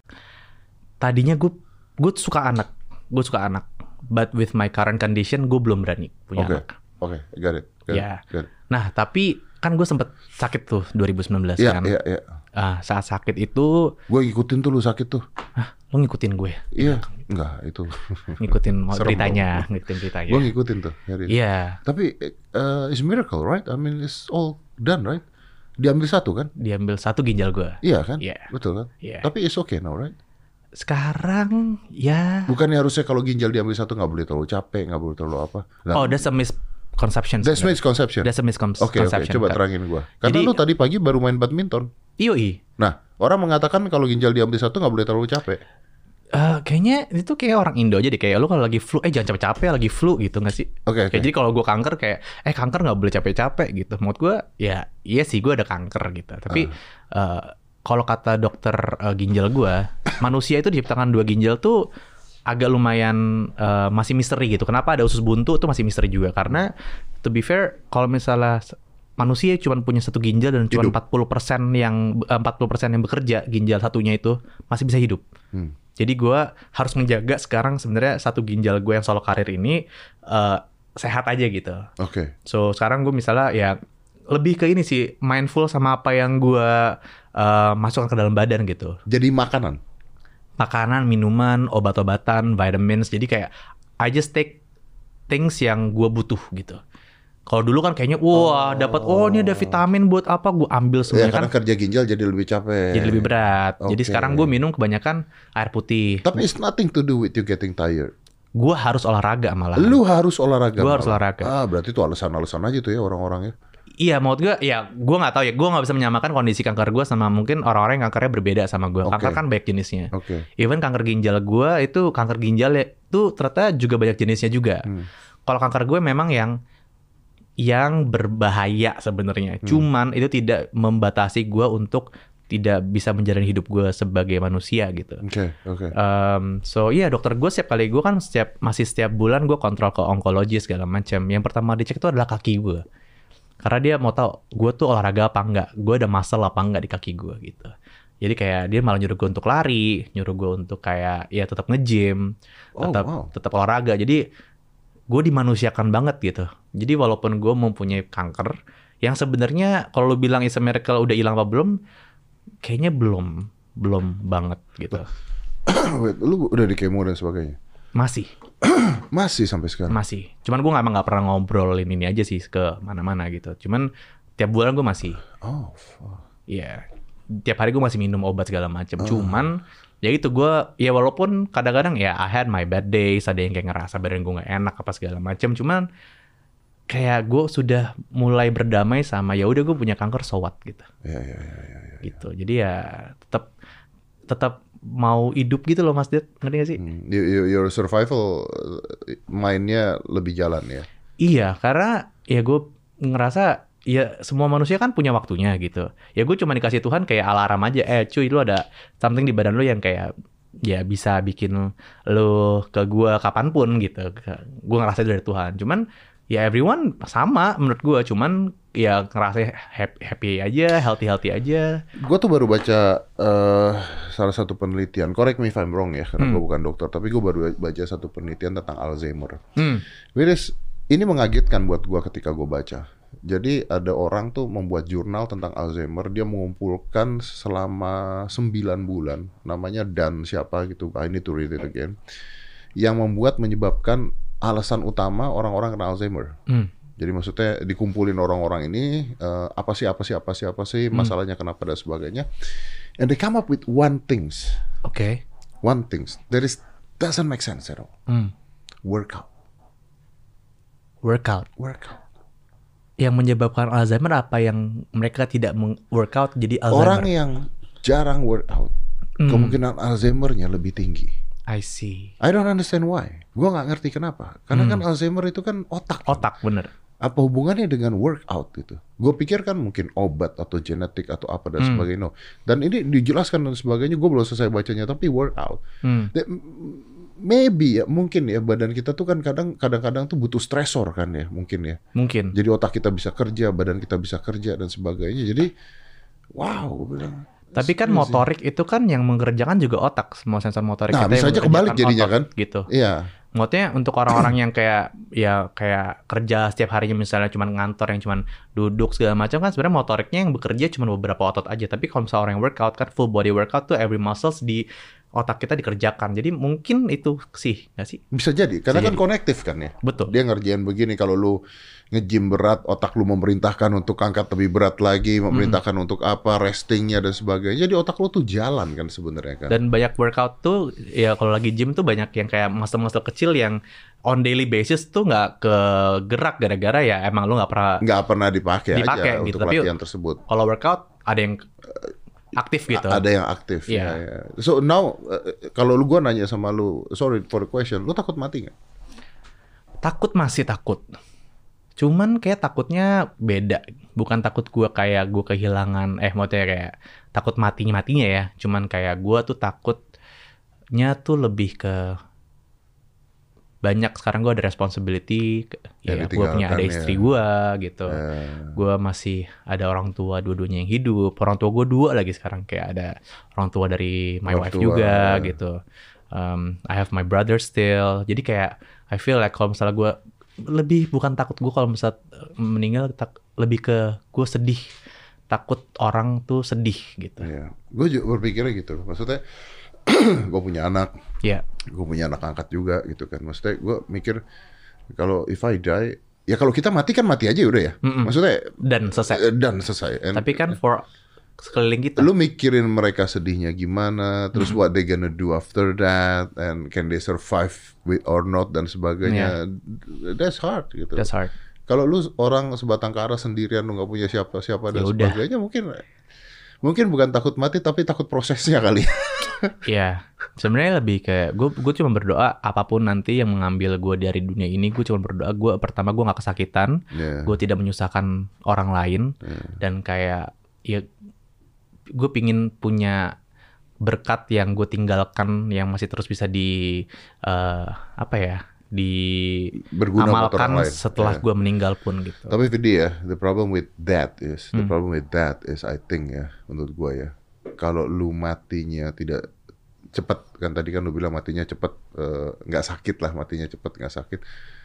tadinya gue, gue suka anak, gue suka anak. But with my current condition, gue belum berani punya Oke, anak. oke, got it. got it, Ya. got it. Nah, tapi kan gue sempet sakit tuh dua ribu sembilan belas Iya, kan. iya, iya. Ah, saat sakit itu, Gue ngikutin tuh lu sakit tuh. ah, lo ngikutin gue. Iya, enggak itu. Ngikutin Serem beritanya, ngikutin beritanya. Gue ngikutin tuh. nyari. Iya, Tapi uh, it's miracle, right? I mean, it's all done, right? Diambil satu kan? diambil satu ginjal gue. Iya kan? Iya. Betul kan? Iya. Tapi it's okay now, right? Sekarang ya, Bukannya harusnya kalau ginjal diambil satu nggak boleh terlalu capek, nggak boleh terlalu apa? Nah, oh that's a misconception. that's sebenarnya. misconception. That's a Oke, misconception. oke. Coba terangin gua. Karena Jadi- lu tadi pagi baru main badminton. Yoi. Nah, orang mengatakan kalau ginjal diambil satu nggak boleh terlalu capek. Eh, kayaknya itu kayak orang Indo aja deh. Kayak lu kalau lagi flu, eh jangan capek-capek lagi flu gitu nggak sih? Oke, Kayak oke. jadi kalau gue kanker kayak, eh kanker nggak boleh capek-capek gitu. Menurut gue, ya iya sih gue ada kanker gitu. Tapi eh, kalau kata dokter eh, ginjal gue, manusia itu diciptakan dua ginjal tuh agak lumayan eh, masih misteri gitu. Kenapa ada usus buntu tuh masih misteri juga. Karena to be fair, kalau misalnya s- manusia cuma punya satu ginjal dan cuma Hidup. empat puluh persen yang eh, empat puluh persen yang bekerja, ginjal satunya itu masih bisa hidup. Hmm. Jadi gue harus menjaga sekarang sebenarnya satu ginjal gue yang solo karir ini eh, sehat aja gitu. Oke. So sekarang gue misalnya ya lebih ke ini sih mindful sama apa yang gue eh, masukkan ke dalam badan gitu. Jadi makanan. Makanan, minuman, obat-obatan, vitamins. Jadi kayak I just take things yang gue butuh gitu. Kalau dulu kan kayaknya wah dapat oh ini ada vitamin buat apa gue ambil Ya, semuanya kan karena kerja ginjal jadi lebih capek. jadi lebih berat. Jadi Oke. sekarang gue minum kebanyakan air putih. Tapi it's nothing to do with you getting tired. Gue harus olahraga malah. Lu harus olahraga. Gua harus malah. olahraga. Ah, berarti itu alasan-alasan aja tuh ya orang-orang ya. Iya, menurut gue, ya gue nggak tahu ya, gue nggak bisa menyamakan kondisi kanker gue sama mungkin orang-orang yang kankernya berbeda sama gue. Oke. Kanker kan banyak jenisnya. Oke. Even kanker ginjal gue itu kanker ginjal ya, itu ternyata juga banyak jenisnya juga. Hmm. Kalau kanker gue memang yang yang berbahaya sebenarnya. Hmm. Cuman itu tidak membatasi gue untuk tidak bisa menjalani hidup gue sebagai manusia gitu. Oke, oke. Um, so iya dokter gue setiap kali gue kan setiap masih setiap bulan gue kontrol ke onkologis segala macam. Yang pertama dicek itu adalah kaki gue. Karena dia mau tahu gue tuh olahraga apa enggak, gue ada muscle apa enggak di kaki gue gitu. Jadi kayak dia malah nyuruh gue untuk lari, nyuruh gue untuk kayak ya tetap nge-gym, Oh, tetap wow. tetap olahraga. Jadi gue dimanusiakan banget gitu. Jadi walaupun gue mempunyai kanker, yang sebenarnya kalau lu bilang is a miracle udah hilang apa belum, kayaknya belum, belum banget gitu. Wait, lu udah di kemo dan sebagainya? Masih. Masih sampai sekarang? Masih. Cuman gue emang gak pernah ngobrolin ini aja sih ke mana-mana gitu. Cuman tiap bulan gue masih. Oh, fuck. Iya. Tiap hari gue masih minum obat segala macam. Oh. Cuman ya itu gue ya walaupun kadang-kadang ya I had my bad days, ada yang kayak ngerasa badan gue nggak enak apa segala macam, cuman kayak gue sudah mulai berdamai sama ya udah gue punya kanker, so what gitu. Ya, ya, ya, ya, ya. Gitu. Jadi ya tetap tetap mau hidup gitu loh Mas Dit, ngerti gak sih? Hmm, your, your survival mindnya lebih jalan ya. Iya, karena ya gue ngerasa ya semua manusia kan punya waktunya gitu. Ya gue cuma dikasih Tuhan kayak alarm aja. Eh cuy, lu ada something di badan lu yang kayak ya bisa bikin lu ke gue kapanpun gitu. Gue ngerasa itu dari Tuhan. Cuman ya everyone sama menurut gue. Cuman ya ngerasa happy, happy aja, healthy-healthy aja. Gue tuh baru baca uh, salah satu penelitian. Correct me if I'm wrong ya, karena hmm. gue bukan dokter. Tapi gue baru baca satu penelitian tentang Alzheimer. Hmm. Whereas, ini mengagetkan buat gue ketika gue baca. Jadi ada orang tuh membuat jurnal tentang Alzheimer, dia mengumpulkan selama sembilan bulan, namanya Dan siapa gitu, I need to read it again, yang membuat menyebabkan alasan utama orang-orang kena Alzheimer. Hmm. Jadi maksudnya dikumpulin orang-orang ini, uh, apa sih, apa sih, apa sih, apa sih, masalahnya hmm. kenapa dan sebagainya. And they come up with one things. Oke. Okay. One things. That is, doesn't make sense at all. Hmm. Workout. Workout. Workout. Yang menyebabkan Alzheimer apa yang mereka tidak workout jadi Alzheimer? Orang yang jarang workout, mm. kemungkinan Alzheimer-nya lebih tinggi. I see. I don't understand why. Gue nggak ngerti kenapa. Karena mm. kan Alzheimer itu kan otak. Otak, kan? Bener. Apa hubungannya dengan workout gitu? Gue pikir kan mungkin obat atau genetik atau apa dan mm. sebagainya. Dan ini dijelaskan dan sebagainya. Gue belum selesai bacanya, tapi workout. Mm. Maybe ya, mungkin ya badan kita tuh kan kadang kadang-kadang tuh butuh stresor kan ya, mungkin ya. Mungkin. Jadi otak kita bisa kerja, badan kita bisa kerja dan sebagainya. Jadi wow, gue bilang. Tapi kan motorik itu kan yang mengerjakan juga otak, semua sensor motorik nah, kita. Nah, bisa aja kebalik jadinya otot, kan? Gitu. Iya. Maksudnya untuk orang-orang yang kayak ya kayak kerja setiap harinya misalnya cuma ngantor yang cuma duduk segala macam kan sebenarnya motoriknya yang bekerja cuma beberapa otot aja. Tapi kalau misalnya orang yang workout kan full body workout tuh every muscles di otak kita dikerjakan. Jadi mungkin itu sih, nggak sih? Bisa jadi, karena Bisa kan jadi. Konektif kan ya. Betul. Dia ngerjain begini, kalau lu nge-gym berat, otak lu memerintahkan untuk angkat lebih berat lagi, memerintahkan hmm. untuk apa, restingnya dan sebagainya. Jadi otak lu tuh jalan kan sebenarnya kan. Dan banyak workout tuh, ya kalau lagi gym tuh banyak yang kayak muscle-muscle kecil yang on daily basis tuh nggak kegerak gara-gara ya emang lu nggak pernah nggak pernah dipakai, dipakai aja gitu. untuk Tapi latihan tersebut. Kalau workout ada yang aktif gitu. Ada yang aktif. Yeah. Ya, ya. So now, uh, kalau lu gua nanya sama lu, sorry for the question, lu takut mati nggak? Takut masih takut. Cuman kayak takutnya beda. Bukan takut gua kayak gua kehilangan, eh maksudnya kayak takut matinya-matinya ya. Cuman kayak gua tuh takutnya tuh lebih ke banyak sekarang gue ada responsibility, ya, ya gue punya ada istri ya. gue gitu, ya. Gue masih ada orang tua dua-duanya yang hidup, orang tua gue dua lagi sekarang kayak ada orang tua dari my orang wife tua, juga ya. Gitu, um, I have my brother still, jadi kayak I feel like kalau misalnya gue lebih bukan takut gue kalau misalnya meninggal, tak, lebih ke gue sedih, takut orang tuh sedih gitu. Ya. Gue juga berpikirnya gitu, maksudnya gue punya anak, yeah. gue punya anak angkat juga gitu kan. Maksudnya gue mikir kalau if I die, ya kalau kita mati kan mati aja udah ya. Mm-mm. Maksudnya dan selesai. Dan selesai. And, tapi kan for sekeliling kita. Lu mikirin mereka sedihnya gimana, terus mm-hmm. what they gonna do after that, and can they survive with or not dan sebagainya. Yeah. That's hard gitu. That's hard. Kalau lu orang sebatang kara sendirian, lu nggak punya siapa-siapa dan Yaudah. sebagainya, mungkin mungkin bukan takut mati tapi takut prosesnya kali. Iya, sebenarnya lebih kayak gue gue cuma berdoa apapun nanti yang mengambil gue dari dunia ini, gue cuma berdoa gue pertama gue nggak kesakitan, yeah. gue tidak menyusahkan orang lain, yeah. dan kayak ya gue pingin punya berkat yang gue tinggalkan yang masih terus bisa di uh, apa ya di amalkan setelah yeah. gue meninggal pun gitu. Tapi Vidi ya, the problem with that is the hmm. problem with that is I think ya menurut gue ya. Kalau lu matinya tidak cepat, kan tadi kan lu bilang matinya cepat, nggak uh, sakit lah, matinya cepat nggak sakit,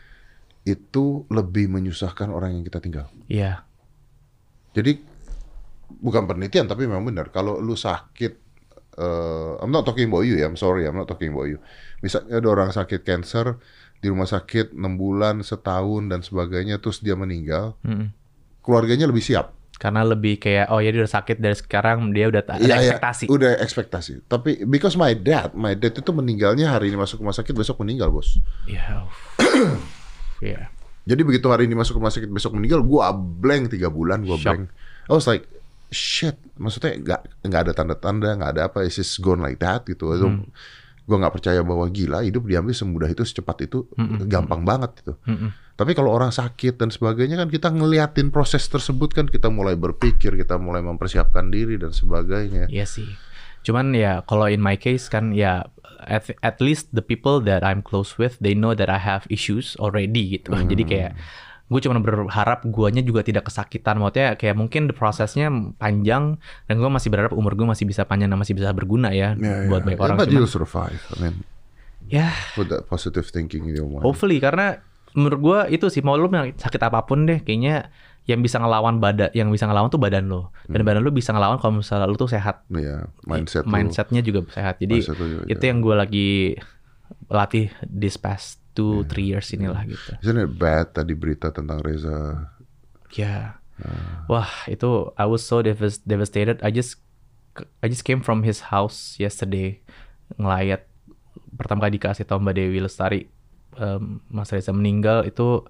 itu lebih menyusahkan orang yang kita tinggal. Iya. Yeah. Jadi bukan penelitian tapi memang benar. Kalau lu sakit, uh, I'm not talking about you ya, I'm sorry, I'm not talking about you. Misalnya ada orang sakit cancer di rumah sakit enam bulan, setahun dan sebagainya, terus dia meninggal, mm-hmm. keluarganya lebih siap. Karena lebih kayak oh ya dia udah sakit dari sekarang, dia udah ada Iya, iya, ekspektasi. udah ekspektasi. Tapi because my dad, my dad itu meninggalnya hari ini masuk rumah sakit, besok meninggal, bos. Iya. Iya. Jadi begitu hari ini masuk rumah sakit, besok meninggal, gua blank tiga bulan, gua Shock. blank. I was like, shit. Maksudnya nggak nggak ada tanda-tanda, nggak ada apa, it's just gone like that gitu. Hmm. Gue nggak percaya bahwa gila hidup diambil semudah itu, secepat itu, mm-mm. gampang banget gitu. Mm-mm. Tapi kalau orang sakit dan sebagainya kan kita ngeliatin proses tersebut kan, kita mulai berpikir, kita mulai mempersiapkan diri dan sebagainya. Iya sih. Cuman ya kalau in my case kan ya at, at least the people that I'm close with they know that I have issues already gitu. Mm. Jadi kayak gue cuma berharap guanya juga tidak kesakitan. Maksudnya kayak mungkin the prosesnya panjang dan gue masih berharap umur gue masih bisa panjang dan masih bisa berguna ya, yeah, buat yeah. banyak orang. But cuman, you'll survive. I mean, ya. Yeah. Put that positive thinking in your mind. Hopefully, karena menurut gue itu sih, mau lu sakit apapun deh, kayaknya yang bisa ngelawan badan, yang bisa ngelawan tuh badan lo. Dan hmm. badan lo bisa ngelawan kalau misalnya lu tuh sehat. Iya, yeah, mindset. Mindsetnya juga sehat. Jadi juga, itu yeah. yang gue lagi latih this past two, yeah. three years inilah gitu. Isn't it bad tadi berita tentang Reza? Ya, yeah. uh. wah itu I was so devas- devastated. I just I just came from his house yesterday, ngelayat pertama kali dikasih tahu Mbak Dewi Lestari um, Mas Reza meninggal itu.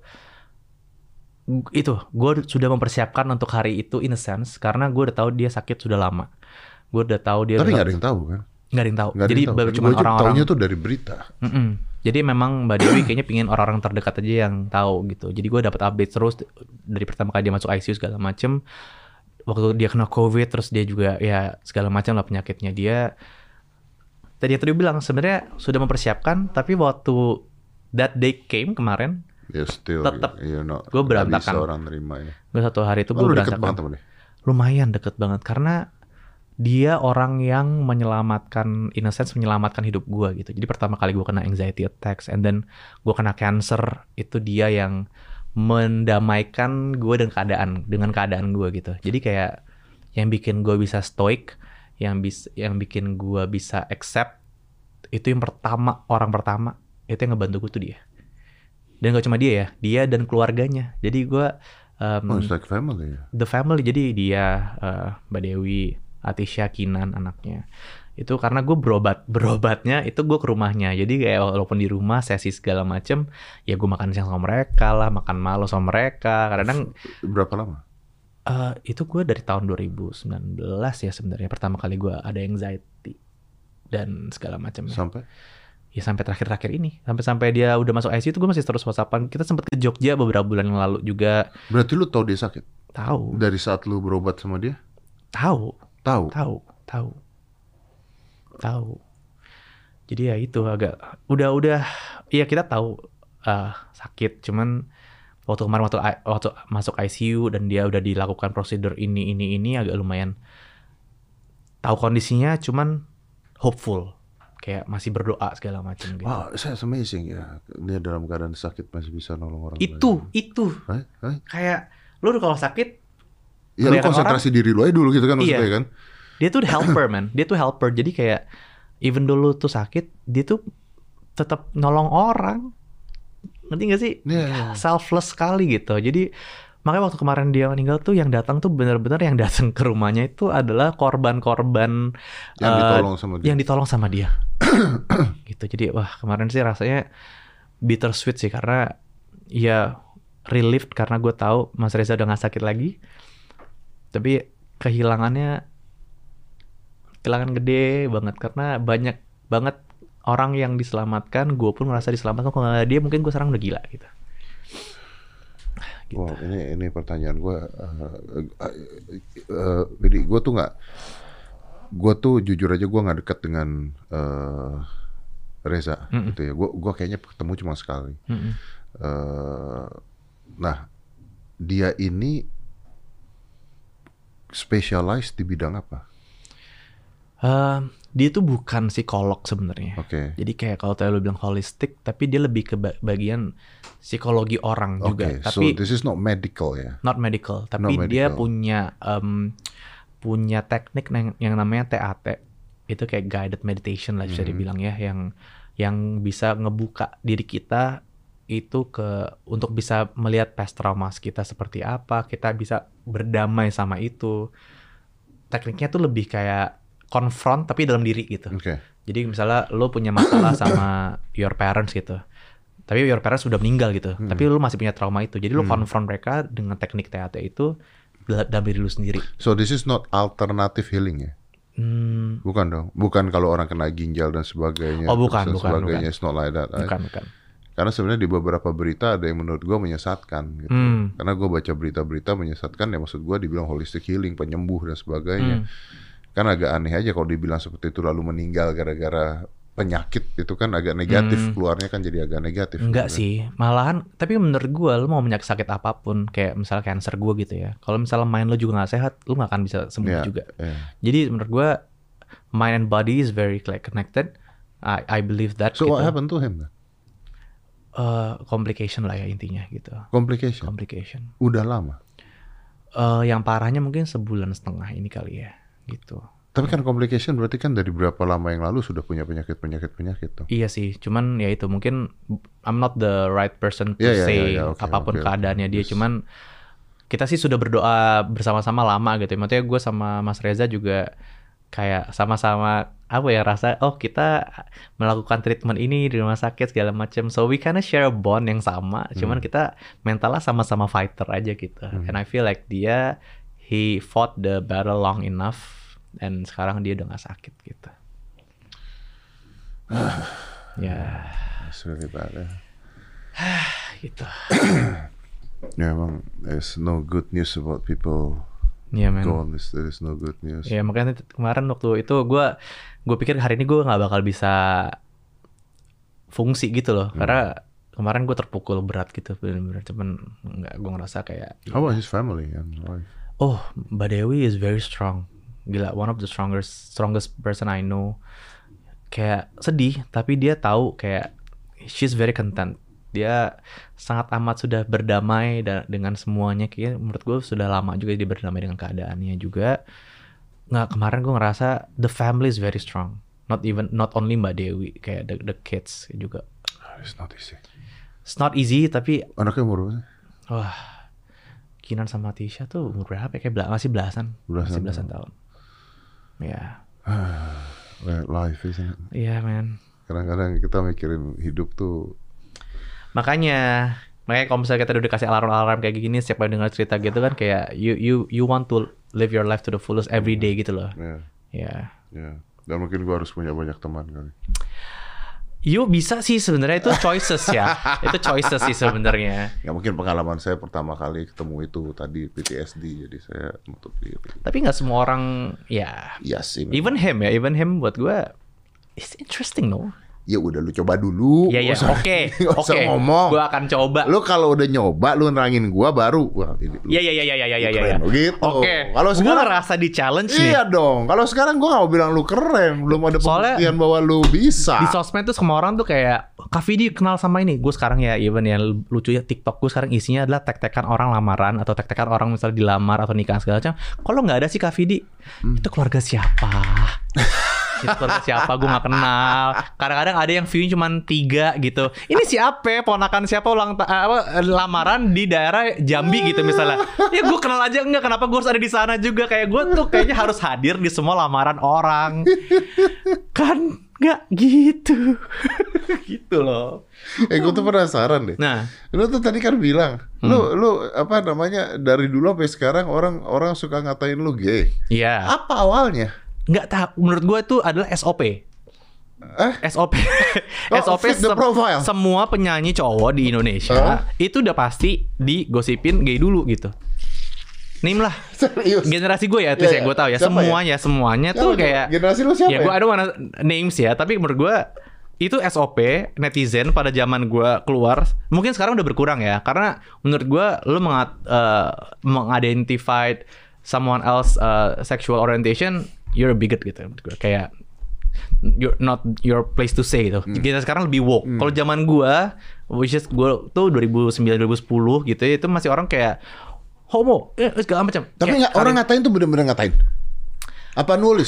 Itu gue sudah mempersiapkan untuk hari itu in a sense karena gue udah tahu dia sakit sudah lama. Gue udah tahu dia. Tapi nggak ada yang tahu kan? Nggak ada yang tahu. Gak Jadi tahu. baru cuma orang-orang. Taunya tuh dari berita. Mm-mm. Jadi memang Mbak Dewi kayaknya pingin orang-orang terdekat aja yang tahu gitu. Jadi gue dapat update terus dari pertama kali dia masuk I C U segala macem. Waktu dia kena COVID terus dia juga ya segala macam lah penyakitnya dia. Tadi yang tadi bilang sebenarnya sudah mempersiapkan, tapi waktu that day came kemarin. Ya still. Tetap. Gue berantakan. Orang nerima ya. Gue satu hari itu oh, gue berantakan. berantakan. Deket banget sama dia. Lumayan deket banget karena dia orang yang menyelamatkan, in a sense menyelamatkan hidup gue gitu. Jadi pertama kali gue kena anxiety attacks and then gue kena cancer, itu dia yang mendamaikan gue dengan keadaan, dengan keadaan gue gitu. Jadi kayak yang bikin gue bisa stoic, yang bis, yang bikin gue bisa accept, itu yang pertama, orang pertama itu yang ngebantu gue tuh dia. Dan gak cuma dia ya, dia dan keluarganya. Jadi gue um, oh, it's like family ya? The family, jadi dia, uh, Mbak Dewi, Atisha, Kinan anaknya. Itu karena gue berobat, berobatnya itu gue ke rumahnya. Jadi kayak walaupun di rumah sesi segala macem, ya gue makan siang sama mereka lah, makan malam sama mereka. Kadang berapa lama? Uh, itu gue dari tahun dua ribu sembilan belas ya sebenarnya pertama kali gue ada anxiety dan segala macam. Sampai? Ya sampai terakhir-terakhir ini, sampai sampai dia udah masuk I C U itu gue masih terus WhatsAppan. Kita sempat ke Jogja beberapa bulan yang lalu juga. Berarti lu tahu dia sakit? Tahu. Dari saat lu berobat sama dia? Tahu. Tahu. Tahu, tahu. Tahu. Jadi ya itu agak udah-udah ya kita tahu uh, sakit, cuman waktu kemarin waktu waktu masuk I C U dan dia udah dilakukan prosedur ini ini ini agak lumayan tahu kondisinya, cuman hopeful. Kayak masih berdoa segala macam gitu. Wow, that's amazing ya. Dia dalam keadaan sakit masih bisa nolong orang Itu, lain. itu. Hah? Hah? Kayak lu kalau sakit ya lu konsentrasi orang, diri lu aja dulu gitu kan maksudnya iya. kan. Dia tuh helper man, dia tuh helper. Jadi kayak even dulu tuh sakit, dia tuh tetap nolong orang. Ngerti gak sih? Yeah, yeah. Selfless sekali gitu. Jadi makanya waktu kemarin dia meninggal tuh yang datang tuh benar-benar yang datang ke rumahnya itu adalah korban-korban yang uh, ditolong sama dia. Yang ditolong sama dia. Gitu. Jadi wah kemarin sih rasanya bittersweet sih karena ya relieved karena gue tahu Mas Reza udah gak sakit lagi. Tapi kehilangannya kehilangan gede banget karena banyak banget orang yang diselamatkan. Gue pun merasa diselamatkan. Kalau nggak dia mungkin gue sekarang udah gila gitu. Gitu. Wow, ini ini pertanyaan gue. Uh, uh, uh, jadi gue tuh nggak, gue tuh jujur aja gue nggak dekat dengan uh, Reza, mm-mm. gitu ya. Gue gue kayaknya ketemu cuma sekali. Uh, nah, dia ini specialized di bidang apa? Uh, dia tuh bukan psikolog sebenarnya. Okay. Jadi kayak kalau tadi lu bilang holistik, tapi dia lebih ke bagian psikologi orang okay. juga. So tapi this is not medical ya? Not medical, tapi not medical. Dia punya um, punya teknik yang, yang namanya T A T. Itu kayak guided meditation lah bisa hmm. dibilang ya, yang yang bisa ngebuka diri kita itu ke untuk bisa melihat past trauma kita seperti apa, kita bisa berdamai sama itu. Tekniknya tuh lebih kayak confront tapi dalam diri gitu. Oke. Jadi misalnya lo punya masalah sama your parents gitu. Tapi your parents sudah meninggal gitu. Hmm. Tapi lo masih punya trauma itu. Jadi lo Hmm. confront mereka dengan teknik T H T itu dalam diri lo sendiri. So this is not alternative healing ya? Hmm, Bukan dong. Bukan kalau orang kena ginjal dan sebagainya. Oh, bukan, terus dan bukan, sebagainya. bukan. It's not like that. right? bukan, bukan. Karena sebenarnya di beberapa berita ada yang menurut gue menyesatkan gitu. Hmm. Karena gue baca berita-berita menyesatkan ya, maksud gue dibilang holistic healing, penyembuh dan sebagainya. Hmm. Kan agak aneh aja kalau dibilang seperti itu lalu meninggal gara-gara penyakit, itu kan agak negatif, Hmm. keluarnya kan jadi agak negatif. Enggak gitu. sih, malahan tapi menurut gue lo mau penyakit sakit apapun, kayak misalnya cancer gue gitu ya. Kalau misalnya mind lo juga nggak sehat, lo nggak akan bisa sembuh Yeah, juga. yeah. Jadi menurut gue mind and body is very like connected. I I believe that. So gitu. what happened to him? Uh, complication lah ya intinya gitu. Complication? Complication. Udah lama? Uh, yang parahnya mungkin sebulan setengah ini kali ya, gitu. Tapi kan complication berarti kan dari berapa lama yang lalu sudah punya penyakit-penyakit-penyakit tuh? Iya sih, cuman ya itu mungkin I'm not the right person to Yeah, yeah, say yeah, yeah, okay, apapun okay, keadaannya okay. dia. Yes. Cuman kita sih sudah berdoa bersama-sama lama gitu. Maksudnya gue sama Mas Reza juga kayak sama-sama apa ya rasa oh kita melakukan treatment ini di rumah sakit segala macam. So we kinda share a bond yang sama. Cuman Hmm. kita mentalnya sama-sama fighter aja gitu. Hmm. And I feel like dia he fought the battle long enough. Dan sekarang dia udah gak sakit gitu. Ya, It's really bad ya. gitu. Ya emang there's no good news about people Iya men. gone. There's, there is no good news. Ya makanya t- kemarin waktu itu gue gue pikir hari ini gue nggak bakal bisa fungsi gitu loh. Hmm. Karena kemarin gue terpukul berat gitu bener-bener. Cuman nggak gue ngerasa kayak. How about his family and wife? Oh, Mbak Dewi is very strong. Gila, one of the strongest strongest person I know. Kayak sedih, tapi dia tahu kayak she's very content. Dia sangat amat sudah berdamai da- dengan semuanya. Kayak menurut gue sudah lama juga dia berdamai dengan keadaannya juga. Nggak, kemarin gue ngerasa the family is very strong. Not even not only Mbak Dewi, kayak the, the kids juga. It's not easy. It's not easy, tapi Anaknya umur berapa sih? wah, Kinan sama Tisha tuh umur berapa? ya? Kayak bela- masih belasan, Belasan masih belasan tahun. tahun. Ya, Well, life isn't it? iya men. Kadang-kadang kita mikirin hidup tuh. Makanya, makanya kalau misalnya kita udah kasih alarm-alarm kayak gini, setiap kali dengar cerita gitu kan kayak you you you want to live your life to the fullest every day gitu loh. Ya, Ya. ya. Dan mungkin gua harus punya banyak teman kali. Yuk bisa sih sebenarnya itu choices ya. Itu choices sih sebenarnya. Ya mungkin pengalaman saya pertama kali ketemu itu tadi P T S D, jadi saya nutup diri. Tapi nggak semua orang ya. Iya sih. memang. Even him ya, even him buat gue it's interesting no. Ya udah lu coba dulu. Iya iya, Nggak usah- oke, nggak usah oke. ngomong. Gue akan coba. Lu kalau udah nyoba, lu nerangin gua baru. Wah, ini lu. Iya iya iya iya iya iya. Keren iya. lo gitu. Oke. Kalau Gue sekarang ngerasa di challenge nih. iya dong. Kalau sekarang gua nggak mau bilang lu keren, belum ada Soalnya pembuktian bahwa lu bisa. Di sosmed tuh semua orang tuh kayak Kak Vidi kenal sama ini. Gue sekarang ya even ya lucu ya TikTok gue sekarang isinya adalah tek-tekan orang lamaran atau tek-tekan orang misalnya dilamar atau nikah segala macam. Kalau nggak ada sih Kak Vidi, Hmm. itu keluarga siapa? Itu keluarga siapa? Gue nggak kenal. Kadang-kadang ada yang view cuma tiga gitu. Ini siapa? Ponakan siapa ulang ta- apa lamaran di daerah Jambi gitu misalnya. Ya gue kenal aja enggak. Kenapa gue harus ada di sana juga? Kayak gue tuh kayaknya harus hadir di semua lamaran orang. Kan nggak gitu. Gitu loh. Eh, gue tuh penasaran deh. Nah, Lu tuh tadi kan bilang, Hmm. lu lu apa namanya dari dulu sampai sekarang orang orang suka ngatain lu gay. iya. Apa awalnya? Nggak tahu. Menurut gue itu adalah S O P. Eh? S O P. Oh, S O P fit the sem- profile. semua penyanyi cowok di Indonesia Huh? itu udah pasti digosipin gay dulu gitu. Name lah. Serius? Generasi gue ya, itu Iya, yang gue tahu ya. siapa Semuanya, semuanya tuh Siapa? kayak. Generasi lu siapa Ya gue ya? ada mana names ya, tapi menurut gue itu S O P netizen pada zaman gue keluar. Mungkin sekarang udah berkurang ya, karena menurut gue lu mengat, uh, mengidentify someone else uh, sexual orientation, you're a bigot gitu menurut gue. Kayak you're not your place to say gitu. Hmm. Kita sekarang lebih woke. Kalau zaman gue, which is gue tuh dua ribu sembilan dua ribu sepuluh gitu, itu masih orang kayak homo, eh, segala macam. Tapi Kayak nggak orang kalian- ngatain tuh bener-bener ngatain. Apa nulis?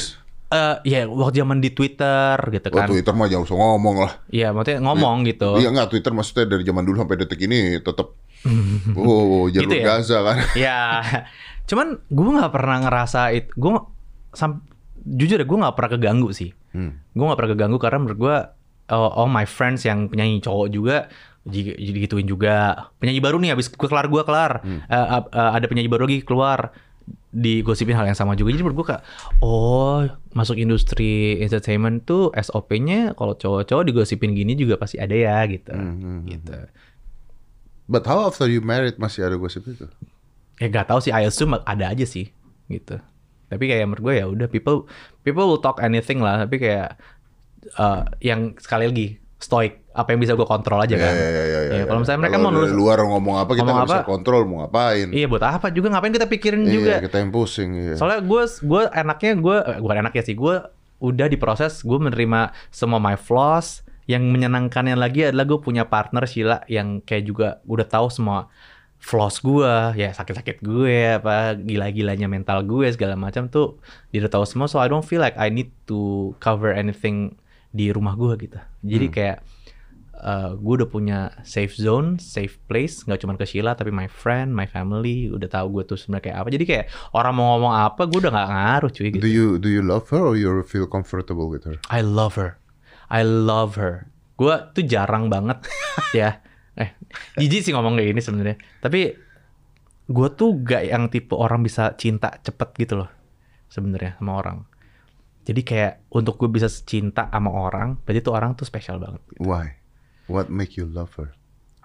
Eh ya waktu zaman di Twitter gitu Oh, kan. Twitter mah jangan usah ngomong lah. Iya, maksudnya ngomong gitu. Iya nggak, Twitter maksudnya dari zaman dulu sampai detik ini tetap oh jalur Gitu ya? Gaza kan. Ya, cuman gue nggak pernah ngerasa itu. Gue sam jujur ya gue nggak pernah keganggu sih. Hmm. Gue nggak pernah keganggu karena menurut gue, oh, oh my friends yang penyanyi cowok juga jadi gituin juga. Penyanyi baru nih habis gue kelar gue kelar. Hmm. Uh, uh, uh, ada penyanyi baru lagi keluar, digosipin hal yang sama juga. Jadi menurut gue kayak, oh masuk industri entertainment tuh S O P-nya kalau cowok-cowok digosipin gini juga pasti ada ya gitu. Hmm, hmm, Gitu. But how after you married masih ada gosip itu? Ya gak tahu sih, I assume ada aja sih gitu. Tapi kayak menurut gue ya udah, people people will talk anything lah. Tapi kayak uh, yang sekali lagi stoic, apa yang bisa gue kontrol aja kan. Ya, ya, ya, ya, Ya, kalau misalnya mereka Kalau mau nulis dari luar ngomong apa kita ngomong nggak bisa apa, kontrol mau ngapain. iya buat apa juga, ngapain kita pikirin juga. Iya, kita yang pusing. Iya. Soalnya gue gue enaknya gue eh, bukan enaknya sih, gue udah diproses, gue menerima semua my flaws. Yang menyenangkannya lagi adalah gue punya partner Sheila yang kayak juga udah tahu semua flaws gue, ya sakit-sakit gue, apa gila-gilanya mental gue segala macam tuh dia udah tahu semua. So I don't feel like I need to cover anything di rumah gue gitu. Jadi Hmm. kayak uh, gue udah punya safe zone, safe place, nggak cuma ke Sheila tapi my friend, my family udah tahu gue tuh sebenarnya kayak apa. Jadi kayak orang mau ngomong apa gue udah nggak ngaruh cuy gitu. Do you do you love her or you feel comfortable with her? I love her. I love her. Gue tuh jarang banget ya. Eh, jijik sih ngomong kayak gini sebenarnya. Tapi gue tuh gak yang tipe orang bisa cinta cepet gitu loh sebenarnya sama orang. Jadi kayak untuk gue bisa cinta sama orang, berarti tuh orang tuh spesial banget. Why? What make you love her?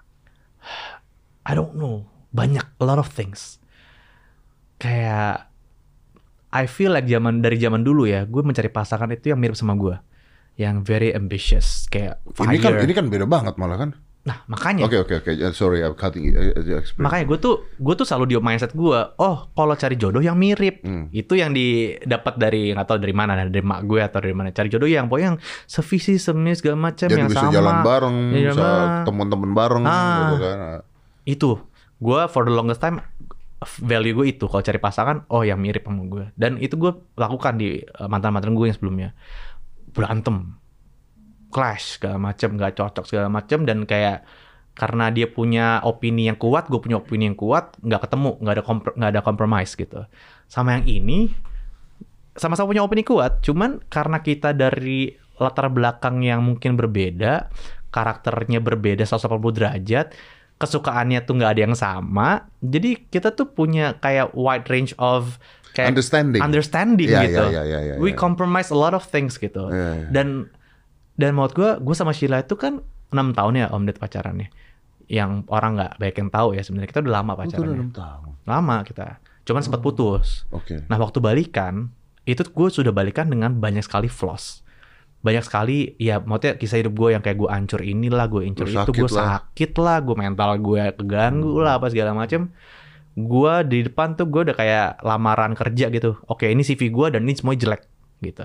I don't know. Banyak, a lot of things. Kayak I feel like zaman dari zaman dulu ya, gue mencari pasangan itu yang mirip sama gue. Yang very ambitious, kayak fire. Ini kan ini kan beda banget malah kan. Nah, makanya. Oke oke oke. Sorry, I'm cutting it. Uh, uh, explain. Makanya gue tuh gue tuh selalu di mindset gue, oh kalau cari jodoh yang mirip, Hmm. itu yang didapat dari nggak tahu dari mana, dari mak gue atau dari mana. Cari jodoh yang pokoknya yang sevisi semis segala macam, Jadi yang bisa sama. jalan bareng, Jadi bisa sama. temen-temen bareng Ah. gitu kan. Itu gue for the longest time value gue itu kalau cari pasangan, oh yang mirip sama gue. Dan itu gue lakukan di uh, mantan-mantan gue yang sebelumnya. Berantem, clash segala macam, nggak cocok segala macam, dan kayak karena dia punya opini yang kuat, gue punya opini yang kuat, nggak ketemu, nggak ada kompr- nggak ada compromise gitu. Sama yang ini, sama-sama punya opini kuat, cuman karena kita dari latar belakang yang mungkin berbeda, karakternya berbeda seratus delapan puluh derajat, kesukaannya tuh nggak ada yang sama, jadi kita tuh punya kayak wide range of kayak Understanding. understanding Iya, gitu. iya, iya, iya, We iya. compromise a lot of things gitu. Iya, iya. Dan dan menurut gue, gue sama Sheila itu kan enam tahun ya Om Ded pacarannya. Yang orang nggak banyak yang tahu ya sebenarnya, kita udah lama Oh, itu udah pacarannya. enam tahun. Lama kita. Cuman sempat putus. Oke. Nah waktu balikan, itu gue sudah balikan dengan banyak sekali flaws. Banyak sekali, ya maksudnya kisah hidup gue yang kayak gue hancur inilah, gue hancur Lu itu, sakit gue lah. sakit lah, gue mental gue keganggu lah, apa segala macem. Gue di depan tuh gue udah kayak lamaran kerja gitu. Oke ini C V gue dan ini semua jelek gitu.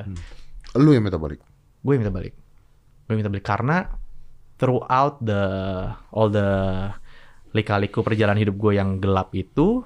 Lu yang minta balik. Gue minta balik. Gue minta balik karena throughout the all the lika-liku perjalanan hidup gue yang gelap itu,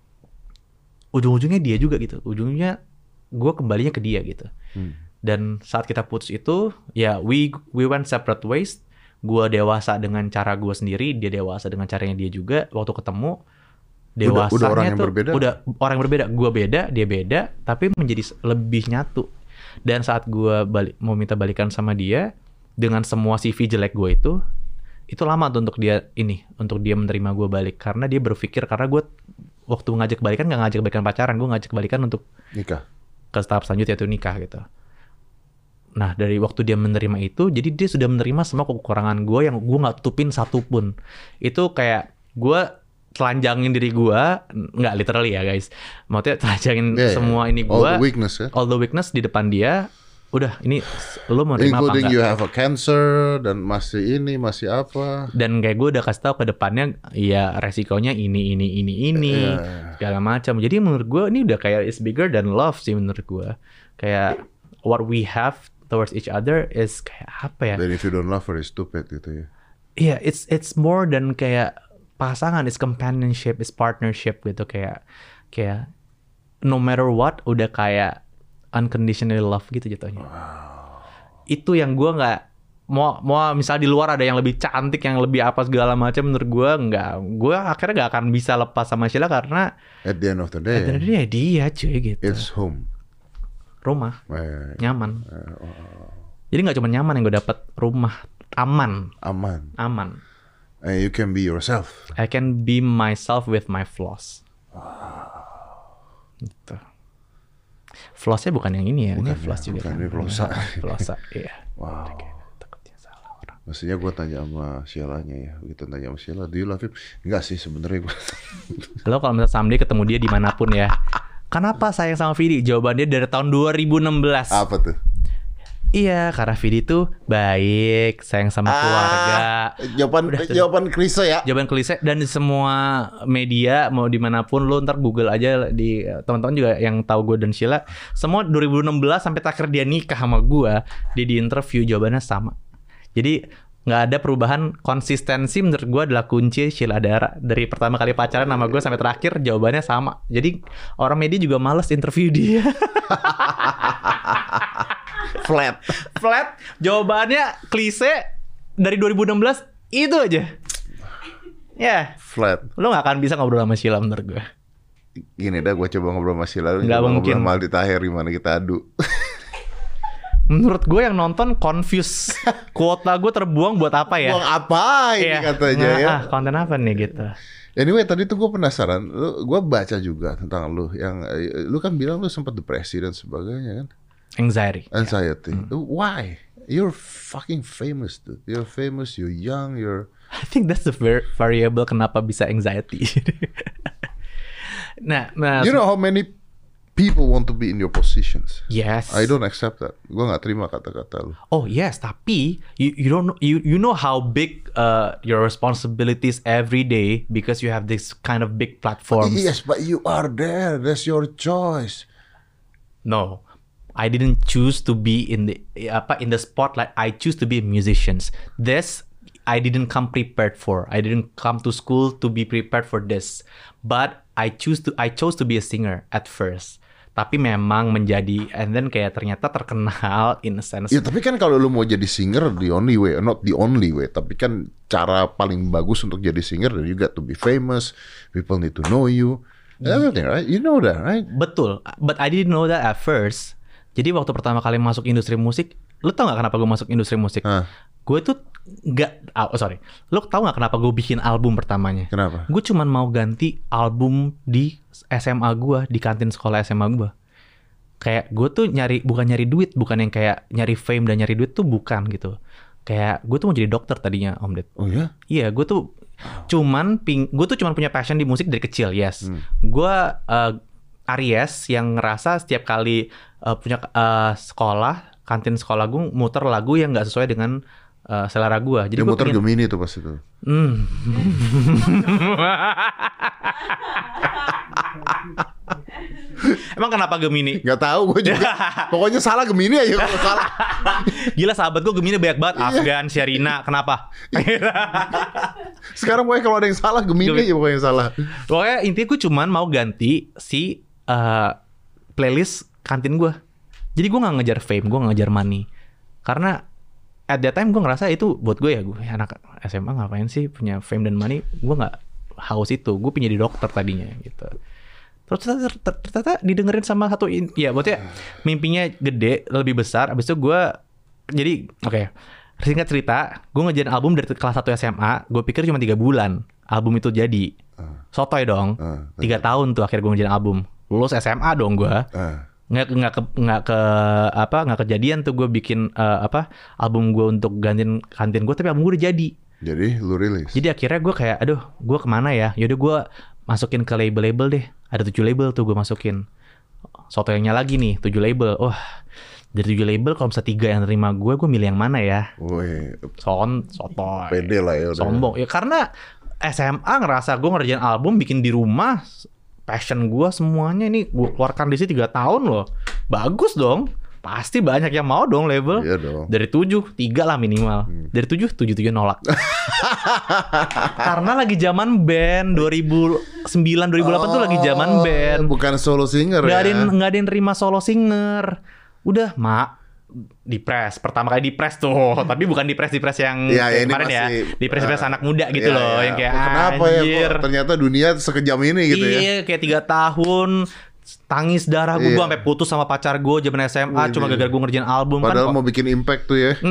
ujung-ujungnya dia juga gitu. Ujungnya gue kembalinya ke dia gitu. Hmm. Dan saat kita putus itu, ya we we went separate ways. Gue dewasa dengan cara gue sendiri, dia dewasa dengan caranya dia juga. Waktu ketemu, Udah- dewasanya udah orang yang tuh berbeda? udah orang yang berbeda. Gue beda, dia beda, tapi menjadi lebih nyatu. Dan saat gue balik mau minta balikan sama dia, dengan semua C V jelek gue itu, itu lama tuh untuk dia ini, untuk dia menerima gue balik. Karena dia berpikir, karena gue waktu ngajak balikan gak ngajak balikan pacaran, gue ngajak balikan untuk Nikah. ke tahap selanjutnya itu nikah gitu. Nah dari waktu dia menerima itu, jadi dia sudah menerima semua kekurangan gue yang gue nggak tutupin satu pun. Itu kayak gue telanjangin diri gue, nggak literally ya guys. Maksudnya telanjangin Yeah, semua yeah. ini gue, All the weakness ya. all the weakness di depan dia. Udah ini lo mau nerima apa Including enggak? you have a cancer dan masih ini masih apa. Dan kayak gue udah kasih tahu ke depannya, ya resikonya ini ini ini ini Yeah. segala macam. Jadi menurut gue ini udah kayak it's bigger than love sih menurut gue. Kayak what we have towards each other is kayak apa ya? Then if you don't love her, it's stupid gitu ya. Iya, yeah, it's it's more than kayak pasangan, it's companionship, it's partnership gitu, kayak kayak no matter what udah kayak unconditionally love gitu jatuhnya. Itu yang gue nggak mau mau misal di luar ada yang lebih cantik, yang lebih apa segala macam, menurut gue nggak, gue akhirnya nggak akan bisa lepas sama Sheila karena At the end of the day, at the end of the day, dia cuy gitu. it's home. Rumah, Eh, nyaman. eh, oh, Jadi nggak cuma nyaman yang gue dapat, rumah aman, aman. aman. And you can be yourself. I can be myself with my flaws. Gitu. Flossnya bukan yang ini ya, ini Bukan floss ya, juga bukan, kan. ini flossa. Flossa, iya. Wow. Takutnya salah orang. Maksudnya gue tanya sama Sheila-nya ya, begitu tanya sama Sheila, do you love him? Enggak sih sebenarnya gue. Lo kalau misalnya someday ketemu dia dimanapun ya, kenapa sayang sama Vidi? Jawabannya dari tahun dua ribu enam belas. Apa tuh? Iya, karena Vidi tuh baik, sayang sama keluarga. Jawaban jawaban klise ya. Jawaban klise, dan di semua media mau dimanapun lo ntar Google aja, di teman-teman juga yang tahu gue dan Sheila, semua dua ribu enam belas sampai terakhir dia nikah sama gue, dia di interview jawabannya sama. Jadi nggak ada perubahan, konsistensi menurut gue adalah kunci Sheila Dara. Dari pertama kali pacaran sama gue sampai terakhir jawabannya sama. Jadi orang media juga males interview dia. Flat. Flat, jawabannya klise dari dua ribu enam belas itu aja. Ya, Flat. lo gak akan bisa ngobrol sama Sheila menurut gue. Gini dah, gue coba ngobrol sama Sheila. Nggak coba mungkin. ngobrol sama Aldi Taher, gimana kita adu. Menurut gue yang nonton confused. Kuota gue terbuang buat apa ya? Buang apa ini Iya. katanya Nah, ya. ah, konten apa nih gitu. Anyway, tadi tuh gue penasaran. Lu, gue baca juga tentang lu. Yang eh, lu kan bilang lu sempat depresi dan sebagainya kan. Anxiety. Anxiety. Hmm. Why? You're fucking famous, dude. You're famous. You're young. You're. I think that's the var- variable kenapa bisa anxiety. nah, nah, You know how many people want to be in your positions? yes. I don't accept that. Gue nggak terima kata-kata lu. Oh yes, tapi you you don't know, you you know how big uh, your responsibilities every day because you have this kind of big platforms. Yes, but you are there. That's your choice. No, I didn't choose to be in the apa in the spotlight. I choose to be musicians. This I didn't come prepared for. I didn't come to school to be prepared for this. But I choose to I chose to be a singer at first. Tapi memang menjadi and then kayak ternyata terkenal in a sense. Ya tapi kan kalau lu mau jadi singer, the only way, not the only way, tapi kan cara paling bagus untuk jadi singer, you got to be famous, people need to know you, everything, right? You know that, right? Betul, but I didn't know that at first. Jadi waktu pertama kali masuk industri musik, lu tau gak kenapa gue masuk industri musik? Hah. Gue tuh gak, oh sorry, lu tau gak kenapa gue bikin album pertamanya? Kenapa? Gue cuman mau ganti album di S M A gue, di kantin sekolah S M A gue. Kayak gue tuh nyari, bukan nyari duit, bukan yang kayak nyari fame dan nyari duit tuh bukan gitu. Kayak gue tuh mau jadi dokter tadinya, Om Ded. Oh ya? Iya, gue tuh cuman ping, gue tuh cuman punya passion di musik dari kecil, yes. Hmm. Gue uh, Aries yang ngerasa setiap kali uh, punya uh, sekolah, kantin sekolah gue muter lagu yang nggak sesuai dengan uh, selera gue. Jadi Dia gue muter pengen, Gemini tuh pas itu. Hmm. Emang kenapa Gemini? Gak tahu gue juga. Pokoknya salah Gemini aja kalau salah. Gila, sahabat gue Gemini banyak banget. Iya. Afgan, Sherina, kenapa? Sekarang pokoknya kalau ada yang salah Gemini Gemini. aja pokoknya yang salah. Pokoknya intinya gue cuman mau ganti si uh, playlist kantin gue. Jadi gue gak ngejar fame, gue gak ngejar money. Karena at that time gue ngerasa itu buat gue ya, gue anak S M A ngapain sih punya fame dan money. Gue gak haus itu, gue pengen jadi dokter tadinya gitu. Terus ternyata, ter- ternyata didengerin sama satu, in- ya maksudnya mimpinya gede, lebih besar. Abis itu gue, jadi oke, okay. Singkat cerita, gue ngejalan album dari kelas satu S M A. Gue pikir cuma tiga bulan album itu jadi. Sotoy dong. Uh, Tiga tahun tuh akhirnya gue ngejalan album. Lulus S M A dong gue. Uh. Nggak nggak ke nggak ke apa nggak kejadian tuh gue bikin uh, apa album gue untuk gantiin kantin gue, tapi album gue udah jadi. Jadi lu rilis. Jadi akhirnya gue kayak, aduh, gue kemana ya? Yaudah gue masukin ke label-label deh. Ada tujuh label tuh gue masukin. Sotoynya lagi nih, tujuh label. Wah, dari tujuh label kalau misalnya tiga yang terima gue, gue milih yang mana ya? Woi, Son, sotoy. pede lah ya udah. Sombong. Ya karena S M A ngerasa gue ngerjain album, bikin di rumah, passion gue semuanya ini gue keluarkan di sini tiga tahun loh. Bagus dong. pasti banyak yang mau dong label. Iya dong. Dari tujuh, tiga lah minimal. Hmm. Dari tujuh, tujuh tujuh nolak. Karena lagi zaman band dua ribu sembilan dua ribu delapan oh, tuh lagi zaman band. Bukan solo singer gak ya. Ada yang, gak ada yang nerima solo singer. Udah, mak. Dipres, pertama kali dipres tuh, tapi bukan dipres dipres yang ya, ya, kemarin masih, ya, dipres dipres uh, anak muda gitu ya, loh, ya. Yang kayak oh, kenapa anjir. Ya kok ternyata dunia sekejam ini gitu iya, ya? Iya, kayak tiga tahun tangis darah gue, iya. Gue sampai putus sama pacar gue zaman S M A, Wih, cuma gara-gara gue ngerjain album. Padahal kan, mau bikin impact tuh ya.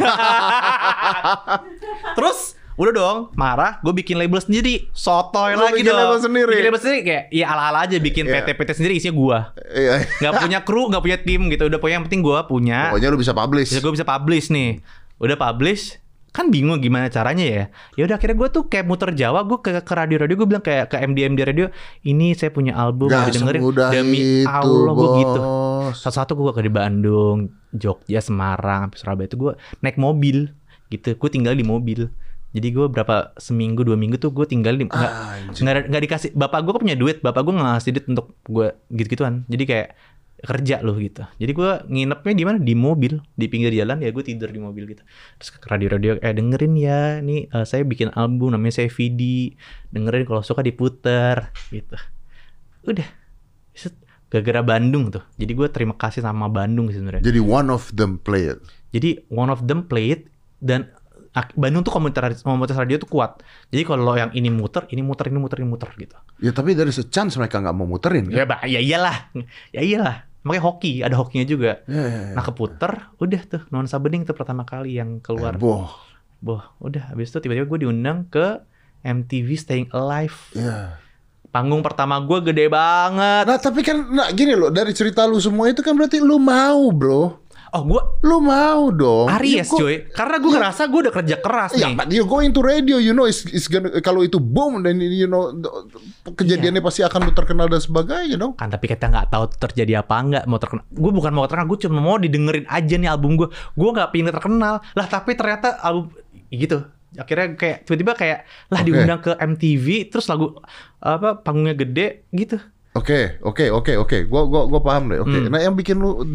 Terus udah dong, marah, gue bikin label sendiri, sotoy Lo lagi bikin dong. label sendiri. Bikin label sendiri kayak ya ala-ala aja bikin yeah. P T P T sendiri isinya gue. Yeah. Gak punya kru, gak punya tim gitu. Udah pokoknya yang penting gue punya. Pokoknya lu bisa publish. Bisa gue bisa publish nih. Udah publish, kan bingung gimana caranya ya. Ya udah akhirnya gue tuh kayak muter Jawa, gue ke ke radio-radio, gue bilang kayak ke M D M D radio, ini saya punya album mau didengerin. Demi itu, Allah gue gitu. bos. Satu-satu gue ke di Bandung, Jogja, Semarang, sampai Surabaya itu gue naik mobil gitu. Gue tinggal di mobil. Jadi gue berapa seminggu dua minggu tuh gue tinggal di nggak nggak nggak dikasih. Bapak gue punya duit, bapak gue nggak ngasih duit untuk gue gitu-gituan. Jadi kayak kerja loh gitu. Jadi gue nginepnya di mana? Di mobil, di pinggir jalan ya gue tidur di mobil gitu. Terus ke radio-radio, eh dengerin ya, nih uh, saya bikin album namanya saya V D, dengerin kalau suka diputer gitu. Udah, gara-gara Bandung tuh. Jadi gue terima kasih sama Bandung sebenarnya. Jadi one of them play it. Jadi one of them play it dan Bandung tuh komunitas komunitas radio tuh kuat. Jadi kalau yang ini muter, ini muter, ini muter, ini muter gitu. Ya tapi dari chance mereka nggak mau muterin kan? Ya, bah, ya iyalah, ya iyalah. Makanya hoki, ada hokinya juga. Ya, ya, ya. Nah keputer, udah tuh Nuansa Bening tuh pertama kali yang keluar. Eh, boh, boh, udah. Habis itu tiba-tiba gue diundang ke M T V Staying Alive. Ya. Panggung pertama gue gede banget. Nah tapi kan, nah gini loh, dari cerita lu semua itu kan berarti lu mau bro. Oh gue Lu mau dong Aries ya, cuy. Karena gue ya, ngerasa gue udah kerja keras ya, nih. But you going to radio, you know it's, it's gonna, kalau itu boom dan you know kejadiannya iya. pasti akan lu terkenal dan sebagainya dong. Kan tapi kita nggak tahu terjadi apa nggak mau terkenal. Gue bukan mau terkenal, gue cuma mau didengerin aja nih album gue. Gue nggak pengen terkenal lah, tapi ternyata album gitu. Akhirnya kayak tiba-tiba kayak lah okay. diundang ke M T V, terus lagu apa panggungnya gede gitu. Oke, okay, oke, okay, oke, okay, oke. Gua gua gua paham deh. Oke. Okay. Hmm. Nah yang bikin lu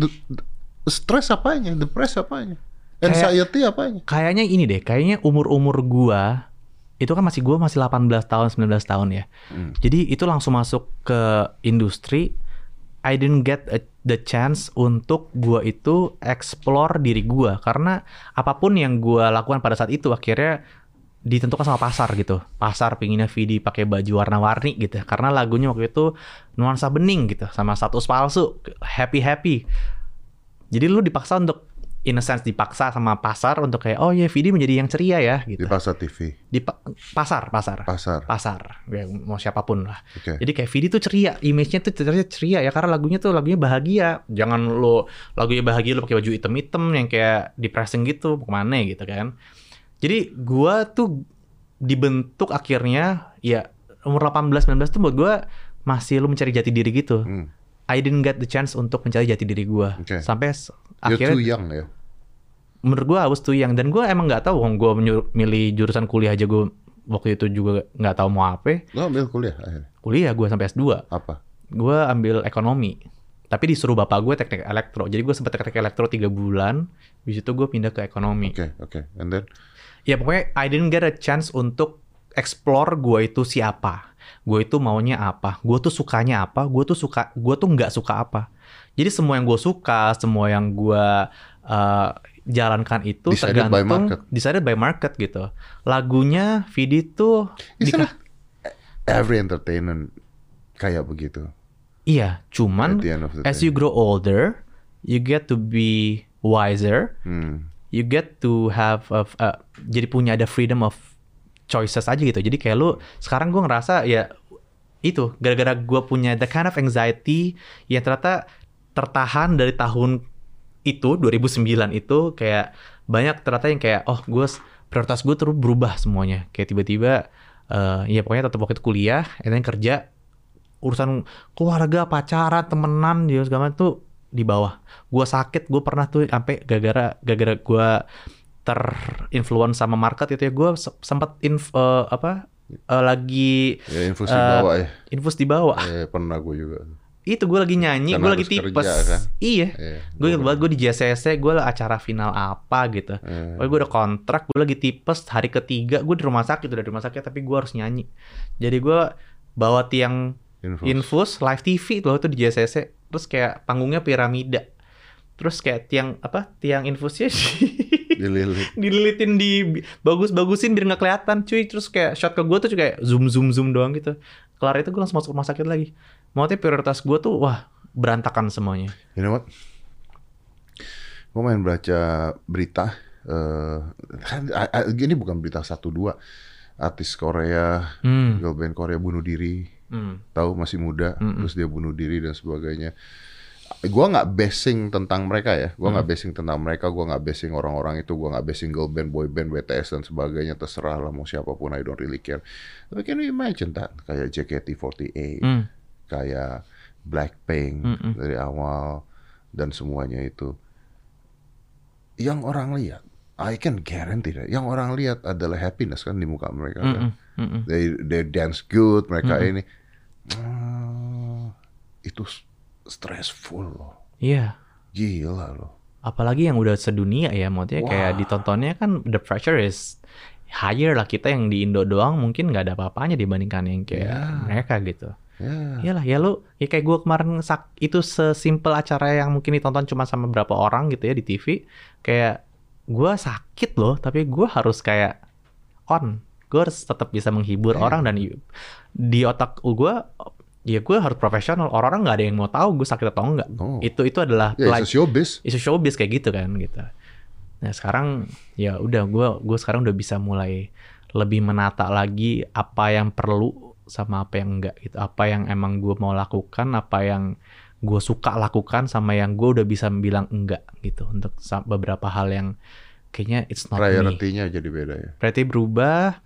stres apanya? Depres apanya? Anxiety Kayak, apanya? Kayaknya ini deh, kayaknya umur-umur gua itu kan masih gua masih delapan belas tahun, sembilan belas tahun ya. Hmm. Jadi itu langsung masuk ke industri. I didn't get a, the chance untuk gua itu explore diri gua karena apapun yang gua lakukan pada saat itu akhirnya ditentukan sama pasar gitu. Pasar pinginnya V D pakai baju warna-warni gitu. Karena lagunya waktu itu Nuansa Bening gitu sama Status Palsu, happy-happy. Jadi lu dipaksa untuk, in a sense dipaksa sama pasar untuk kayak, oh ya V D menjadi yang ceria ya gitu. Dipaksa T V? Di pa- pasar, pasar. Pasar. Pasar, ya, mau siapapun lah. Okay. Jadi kayak V D tuh ceria, image-nya tuh ceria, ceria ya karena lagunya tuh lagunya bahagia. Jangan lu lagunya bahagia lu pakai baju hitam-hitam yang kayak depressing gitu, mau kemana gitu kan. Jadi gua tuh dibentuk akhirnya ya umur delapan belas sembilan belas tuh buat gua masih lu mencari jati diri gitu. Hmm. I didn't get the chance untuk mencari jati diri gue okay. sampai You're akhirnya. Too young ya. Menurut gue I was too young dan gue emang nggak tahu. Gue milih jurusan kuliah aja gue waktu itu juga nggak tahu mau apa. Lo ambil kuliah akhirnya? Kuliah gue sampai S dua. Apa? Gue ambil ekonomi. Tapi disuruh bapak gue teknik elektro. Jadi gue sempat teknik elektro tiga bulan. Di situ gue pindah ke ekonomi. Oke okay, oke. Okay. And then? Ya pokoknya I didn't get a chance untuk explore gue itu siapa. Gue itu maunya apa, gue tuh sukanya apa, gue tuh suka, gue tuh nggak suka apa. Jadi semua yang gue suka, semua yang gue uh, jalankan itu decided tergantung by market. decided by market gitu. Lagunya V D tuh dika- every entertainment kayak begitu. Iya, cuman as you grow older, you get to be wiser, hmm. you get to have a, uh, jadi punya ada freedom of choices aja gitu. Jadi kayak lu sekarang gue ngerasa ya itu gara-gara gue punya the kind of anxiety yang ternyata tertahan dari tahun itu dua ribu sembilan itu kayak banyak ternyata yang kayak oh gue prioritas gue terus berubah semuanya kayak tiba-tiba uh, ya pokoknya tetap waktu itu kuliah, dan kerja urusan keluarga, pacaran, temenan ya segala tuh di bawah. Gue sakit, gue pernah tuh sampai gara-gara gara-gara gue terinfluence sama market itu ya gue sempat inf uh, apa uh, lagi ya, infus uh, di bawah ya infus di bawah eh, pernah gue juga Itu gue lagi nyanyi, Karena gue lagi harus tipes. kerja, kan? Iya. Iya, Gue inget gua- banget gue di J C C, gue acara final apa gitu. Iya. Pokoknya gue udah kontrak, gue lagi tipes. Hari ketiga gue di rumah sakit, udah di rumah sakit, tapi gue harus nyanyi. Jadi gue bawa tiang Infus. infus live T V loh itu di J C C. Terus kayak panggungnya piramida. Terus kayak tiang apa? Tiang infusnya Dililit. dililitin di bagus-bagusin biar nggak kelihatan cuy. Terus kayak shot ke gue tuh kayak zoom zoom zoom doang gitu. Kelar itu gue langsung masuk rumah sakit lagi. Maksudnya prioritas gue tuh wah berantakan semuanya. You know what? Gue main baca berita. eh uh, ini bukan berita satu dua. Artis Korea, Hmm. girl band Korea bunuh diri. Hmm. Tahu masih muda, Mm-mm. terus dia bunuh diri dan sebagainya. Gua nggak basing tentang mereka ya, gua nggak basing tentang mereka, gua nggak basing orang-orang itu, gua nggak basing girl band, boy band, B T S dan sebagainya, terserah lah mau siapapun, I don't really care. Tapi can you imagine that kayak J K T forty eight, Hmm. kayak Blackpink Mm-mm. dari awal dan semuanya itu, yang orang lihat, I can guarantee that, yang orang lihat adalah happiness kan di muka mereka. Kan? Mm-mm. Mm-mm. They they dance good, mereka ini, Ah, itu stressful loh. Iya. Gila loh. Apalagi yang udah sedunia ya, maksudnya Wah. kayak ditontonnya kan the pressure is higher lah. Kita yang di Indo doang mungkin nggak ada apa-apanya dibandingkan yang kayak Ya. mereka gitu. Ya. Iyalah ya lu, ya kayak gue kemarin sak, itu sesimpel acara yang mungkin ditonton cuma sama berapa orang gitu ya di T V. Kayak gue sakit loh, tapi gue harus kayak on. Gue harus tetap bisa menghibur Ya. orang dan i- di otak gue, ya gue harus profesional. Orang-orang nggak ada yang mau tahu gue sakit atau enggak. No. Itu itu adalah Ya, like- it's a showbiz. isu showbiz kayak gitu kan gitu. Nah sekarang ya udah gue gue sekarang udah bisa mulai lebih menata lagi apa yang perlu sama apa yang enggak gitu. Apa yang emang gue mau lakukan, apa yang gue suka lakukan, sama yang gue udah bisa bilang enggak gitu untuk sa- beberapa hal yang kayaknya it's not me. Priority-nya jadi beda ya. Berarti berubah.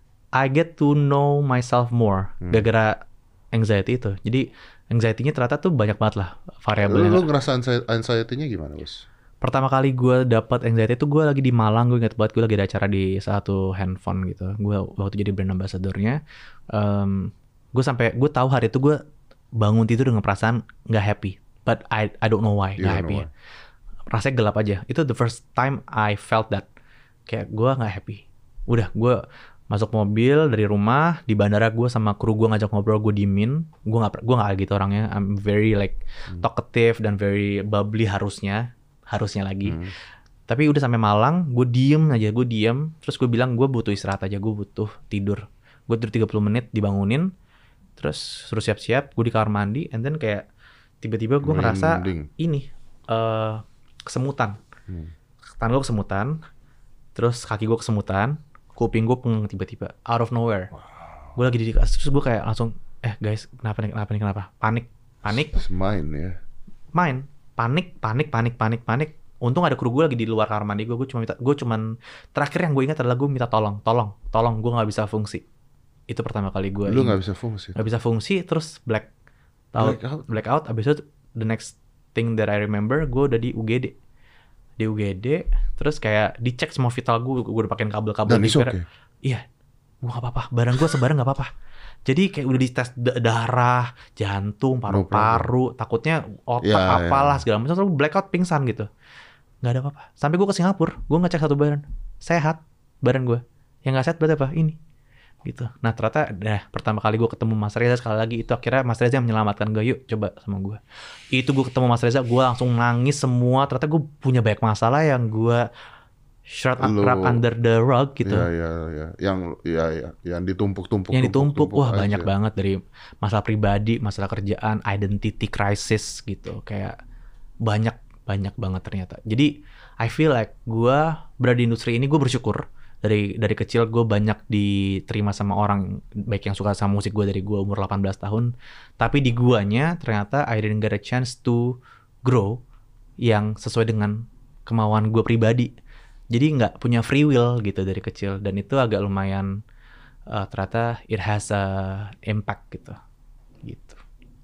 I get to know myself more Hmm. gara-gara anxiety itu. Jadi anxiety-nya ternyata tuh banyak banget lah Lu, variabelnya. lu ngerasa anxi- anxiety-nya gimana, Bos? Pertama kali gue dapet anxiety itu gue lagi di Malang. Gue inget banget gue lagi ada acara di satu handphone gitu. Gue waktu jadi brand ambassador-nya. Um, gue sampai gue tahu hari itu gue bangun tidur dengan perasaan nggak happy. But I I don't know why You nggak don't happy. know Rasanya gelap aja. Itu the first time I felt that. Kayak gue nggak happy. Udah gue masuk mobil dari rumah di bandara, gue sama kru gue ngajak ngobrol, gue diemin. Gue nggak gue nggak gitu orangnya. I'm very like talkative dan very bubbly harusnya harusnya lagi. Hmm. Tapi udah sampai Malang, gue diem aja, gue diem. Terus gue bilang gue butuh istirahat aja, gue butuh tidur. Gue tidur tiga puluh menit, dibangunin. Terus suruh siap-siap, gue di kamar mandi. And then kayak tiba-tiba gue ngerasa Merinding. ini eh kesemutan. Hmm. Tangan gue kesemutan. Terus kaki gue kesemutan. Kuping gue pengen tiba-tiba. Out of nowhere. Gue lagi di kasur, terus gue kayak langsung, eh guys, kenapa nih, kenapa nih, kenapa? Panik, panik, It's mine ya. main, panik, panik, panik, panik, panik. Untung ada kru gue lagi di luar kamar mandi gue. Gue cuma minta, gue cuman terakhir yang gue ingat adalah gue minta tolong, tolong, tolong. Gue nggak bisa fungsi. Itu pertama kali gue. Lu nggak bisa fungsi. nggak bisa fungsi. Terus black out, Blackout. black out. Abis itu the next thing that I remember, gue udah di U G D. Di U G D, terus kayak dicek semua vital gue. Gue udah pakein kabel-kabel. Dan di it's per- okay. Iya, gue nggak apa-apa. Badan gue sebarang nggak apa-apa. Jadi kayak udah dites da- darah, jantung, paru-paru, takutnya otak Ya, apalah ya. segala macam. Terus blackout, pingsan gitu. Nggak ada apa-apa. Sampai gue ke Singapura, gue ngecek satu badan, sehat badan gue. Yang nggak sehat berarti apa? Ini. Gitu. Nah ternyata, dah pertama kali gue ketemu Mas Reza sekali lagi itu akhirnya Mas Reza yang menyelamatkan gue. Yuk coba sama gue. Itu gue ketemu Mas Reza, gue langsung nangis semua. Ternyata gue punya banyak masalah yang gue shroud Lu- wrap under the rug gitu. Ya, ya, ya. Yang, ya, ya. Yang ditumpuk-tumpuk. Yang ditumpuk, tumpuk wah aja. banyak banget dari masalah pribadi, masalah kerjaan, identity crisis gitu, kayak banyak banyak banget ternyata. Jadi I feel like gue berada di industri ini, gue bersyukur dari dari kecil gue banyak diterima sama orang baik yang suka sama musik gue dari gue umur delapan belas tahun. Tapi di guanya ternyata I didn't get a chance to grow yang sesuai dengan kemauan gue pribadi. Jadi nggak punya free will gitu dari kecil, dan itu agak lumayan uh, ternyata it has a impact gitu. Gitu.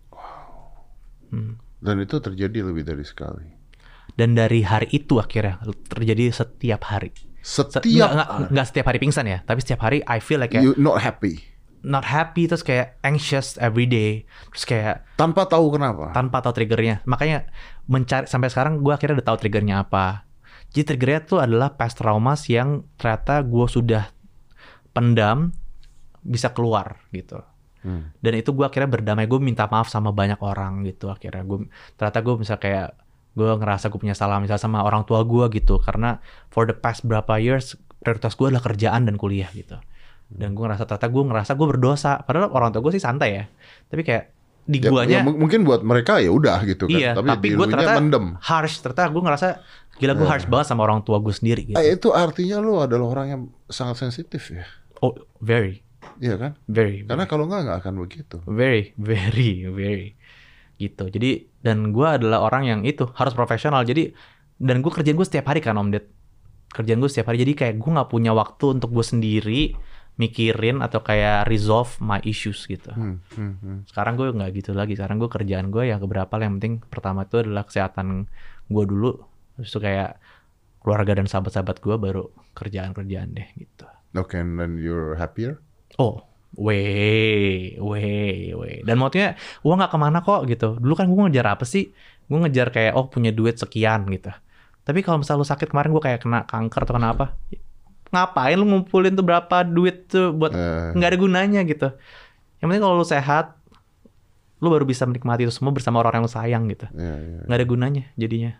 Hmm. Dan itu terjadi lebih dari sekali. Dan dari hari itu akhirnya terjadi setiap hari. Se- Setiap nggak, nggak, nggak setiap hari pingsan ya, tapi setiap hari I feel like kayak you not happy. not happy, terus kayak anxious every day, terus kayak Tanpa tahu kenapa. tanpa tahu triggernya. Makanya mencari sampai sekarang gue akhirnya udah tahu triggernya apa. Jadi triggernya tuh adalah past traumas yang ternyata gue sudah pendam bisa keluar gitu. Hmm. Dan itu gue akhirnya berdamai, gue minta maaf sama banyak orang gitu. Akhirnya gue ternyata gue bisa kayak gue ngerasa gue punya salah misal sama orang tua gue gitu, karena for the past berapa years prioritas gue adalah kerjaan dan kuliah gitu. Dan gue ngerasa ternyata gue ngerasa gue berdosa, padahal orang tua gue sih santai ya, tapi kayak di Ya, guanya ya, m- mungkin buat mereka ya udah gitu kan. iya, tapi tapi di gue elunya ternyata mendem. harsh, ternyata gue ngerasa gila gue harsh banget sama orang tua gue sendiri gitu. Eh, itu artinya lu adalah orang yang sangat sensitif ya. Oh, very, Iya kan? very, Karena kalau nggak nggak akan begitu. very, very, very gitu. Jadi dan gue adalah orang yang itu harus profesional. Jadi dan gue kerjaan gue setiap hari kan Om Ded. Kerjaan gue setiap hari. Jadi kayak gue nggak punya waktu untuk gue sendiri mikirin atau kayak resolve my issues gitu. Hmm, hmm, hmm. Sekarang gue nggak gitu lagi. Sekarang gue kerjaan gue yang keberapa yang penting pertama itu adalah kesehatan gue dulu. Terus itu kayak keluarga dan sahabat-sahabat gue, baru kerjaan-kerjaan deh gitu. Oke, and then you're happier? Oh, way, way, way. Dan maksudnya gue nggak kemana kok gitu. Dulu kan gue ngejar apa sih? Gue ngejar kayak oh punya duit sekian gitu. Tapi kalau misalnya lu sakit kemarin, gue kayak kena kanker atau kena apa? Ngapain lu ngumpulin tuh berapa duit tuh buat Eh. nggak ada gunanya gitu. Yang penting kalau lu sehat, lu baru bisa menikmati itu semua bersama orang yang lu sayang gitu. Iya, iya. Nggak ada gunanya jadinya.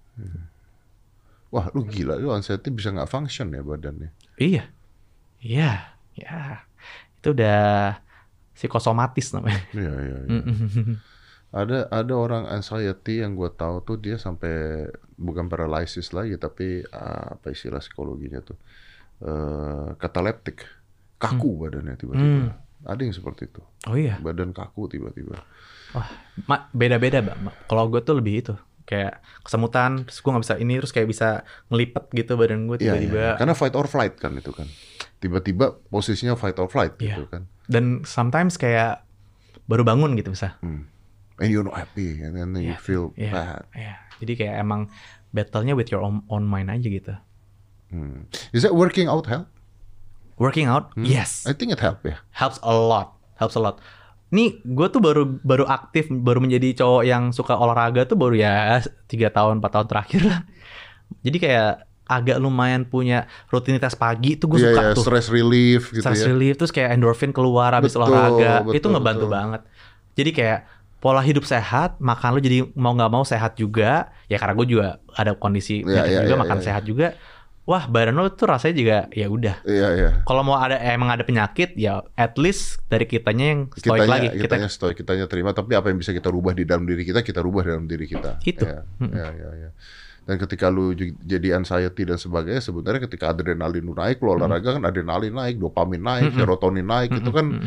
Wah, lu gila, lu anxiety bisa nggak function ya badannya. Iya, iya, ya. Itu udah psikosomatis namanya. Iya, iya, iya. Ada ada orang anxiety yang gue tahu tuh dia sampai bukan paralysis lagi, tapi uh, apa istilah psikologinya tuh, uh, kataleptik, kaku badannya tiba-tiba. Hmm. Ada yang seperti itu, Oh iya. badan kaku tiba-tiba. Wah, ma- beda-beda, Mbak. Kalau gue tuh lebih itu, kayak kesemutan, terus gue nggak bisa ini, terus kayak bisa ngelipet gitu badan gue Iya, tiba-tiba. iya. Karena fight or flight kan itu kan, tiba-tiba posisinya fight or flight Iya. gitu kan. Dan sometimes kayak baru bangun gitu bisa. Hmm. And you're not happy, and then you Iya, feel Iya, bad. iya. Jadi kayak emang battle-nya with your own, own mind aja gitu. Hmm. Is that working out help? Working out, Hmm? yes, I think it help ya. helps a lot, helps a lot. Nih, gue tuh baru baru aktif, baru menjadi cowok yang suka olahraga tuh baru ya tiga tahun, empat tahun terakhir lah. Jadi kayak agak lumayan punya rutinitas pagi tuh gue Iya, suka iya, tuh. stress relief gitu Stress ya. relief, terus kayak endorfin keluar habis Betul, olahraga. betul, Itu ngebantu betul. banget. Jadi kayak pola hidup sehat, makan lu jadi mau nggak mau sehat juga. Ya karena gue juga ada kondisi Iya, penyakit iya, juga, iya, makan iya. sehat juga. Wah, badan lo tuh rasanya juga ya udah. Iya, iya. Kalau mau ada emang ada penyakit ya at least dari kitanya yang stoik Kitanya, lagi. kitanya stoik, kitanya terima. Tapi apa yang bisa kita rubah di dalam diri kita, kita rubah dalam diri kita. Itu. Ya, Mm-mm. ya, ya, ya. Dan ketika lu j- jadi anxiety dan sebagainya, sebenarnya ketika adrenalin lu naik, lu olahraga kan adrenalin naik, dopamin naik, serotonin naik, itu kan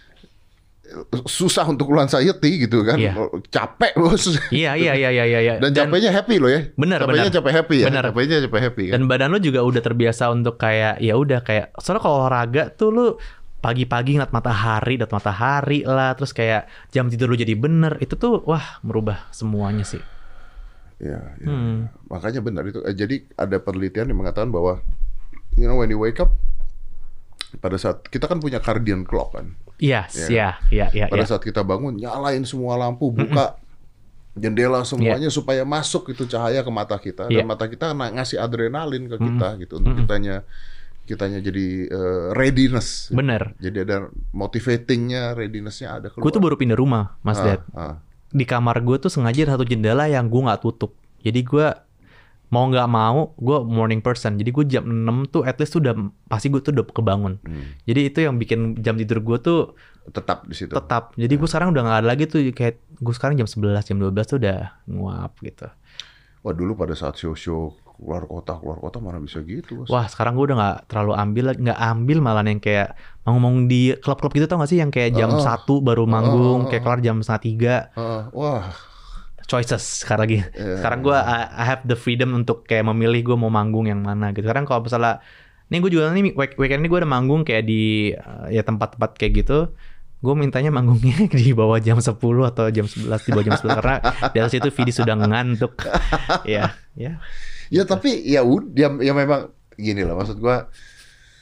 susah untuk lu anxiety gitu kan. Iya. Capek bos. Iya, iya, iya, iya, iya. Dan, capeknya happy lo ya. Bener, capeknya bener. capek happy ya. Bener. Capeknya capek happy kan. Dan badan lu juga udah terbiasa untuk kayak ya udah kayak soalnya kalau olahraga tuh lu pagi-pagi ngeliat matahari, ngeliat matahari lah, terus kayak jam tidur lu jadi bener, itu tuh wah merubah semuanya sih. Ya, ya. Hmm. Makanya benar itu. Eh, Jadi ada penelitian yang mengatakan bahwa you know when you wake up, pada saat kita kan punya circadian clock kan. Yes, Ya. ya, ya, ya, Pada ya. saat kita bangun, nyalain semua lampu, buka jendela semuanya supaya masuk itu cahaya ke mata kita, dan Iya. mata kita ng- ngasih adrenalin ke kita gitu untuk kitanya kitanya jadi eh, readiness. Bener. Jadi ada motivatingnya, readinessnya ada keluar. Gue tuh baru pindah rumah, Mas Ah, Dad. ah. Di kamar gue tuh sengaja ada satu jendela yang gue nggak tutup. Jadi gue mau nggak mau, gue morning person. Jadi gue jam enam tuh at least tuh udah pasti gue tuh udah kebangun. Hmm. Jadi itu yang bikin jam tidur gue tuh Tetap di situ. tetap. Jadi gue sekarang udah nggak ada lagi tuh kayak gue sekarang jam sebelas, jam dua belas tuh udah nguap gitu. Wah dulu pada saat show-show keluar kota keluar kota mana bisa gitu bos. Wah sekarang gue udah nggak terlalu ambil, nggak ambil malah yang kayak manggung di klub-klub gitu tau gak sih yang kayak jam Oh. satu baru manggung, Oh. kayak kelar jam setengah tiga. Ah, wah. Choices sekarang lagi. Iya. Sekarang gue I, I have the freedom untuk kayak memilih gue mau manggung yang mana gitu. Sekarang kalau misalnya nih gue juga nih week- weekend ini gue ada manggung kayak di uh, ya tempat-tempat kayak gitu. Gue mintanya manggungnya di bawah jam sepuluh atau jam sebelas, di bawah jam sebelas karena di atas itu Vidi sudah ngantuk. Ya, ya. Ya tapi ya udah ya, ya memang gini lah maksud gua.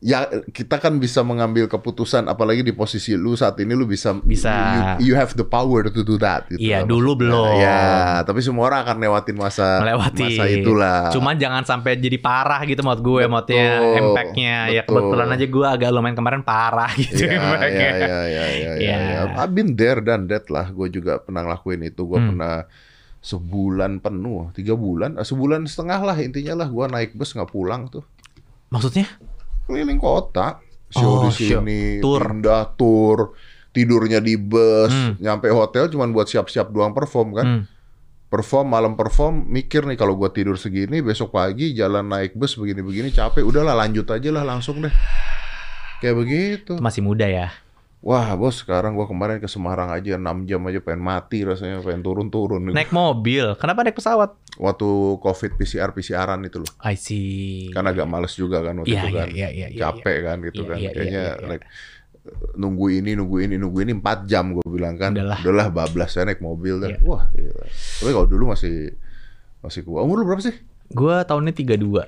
ya kita kan bisa mengambil keputusan, apalagi di posisi lu saat ini lu bisa Bisa. you, you have the power to do that gitu. Iya, lah, dulu maksudnya. belum. Ya, tapi semua orang akan lewatin masa Melewati. masa itulah. Cuman jangan sampai jadi parah gitu maksud gue, maksudnya Betul, impact-nya. Ya betul. kebetulan aja gue agak lumayan kemarin parah gitu. Iya, impact-nya. iya, iya, iya, iya, Iya. iya. I've been there dan that lah. Gue juga pernah ngelakuin itu. Gue Hmm. pernah sebulan penuh, tiga bulan, eh, sebulan setengah lah intinya lah. Gue naik bus nggak pulang tuh, Maksudnya? keliling kota, show Oh, di show. sini, Tour. pindah tour, tidurnya di bus, Hmm. nyampe hotel cuman buat siap-siap doang perform kan. Hmm. Perform, malam perform, mikir nih kalau gue tidur segini, besok pagi jalan naik bus begini-begini capek, udahlah lanjut aja lah langsung deh. Kayak begitu. Masih muda ya. Wah bos, sekarang gua kemarin ke Semarang aja enam jam aja pengen mati rasanya, pengen turun-turun. Naik mobil. Kenapa naik pesawat? Waktu COVID P C R P C R-an itu loh. I see. Kan agak males juga kan waktu Iya, itu kan. iya, iya, iya, Capek kan gitu Iya, kan. iya, iya, Kayaknya iya, iya. like, nunggu ini, nunggu ini, nunggu ini empat jam gue bilang kan. Udahlah. bablas saya naik mobil dan Iya. wah gila. Tapi kalau dulu masih masih kuat. Umur lu berapa sih? Gue tahunnya tiga puluh dua.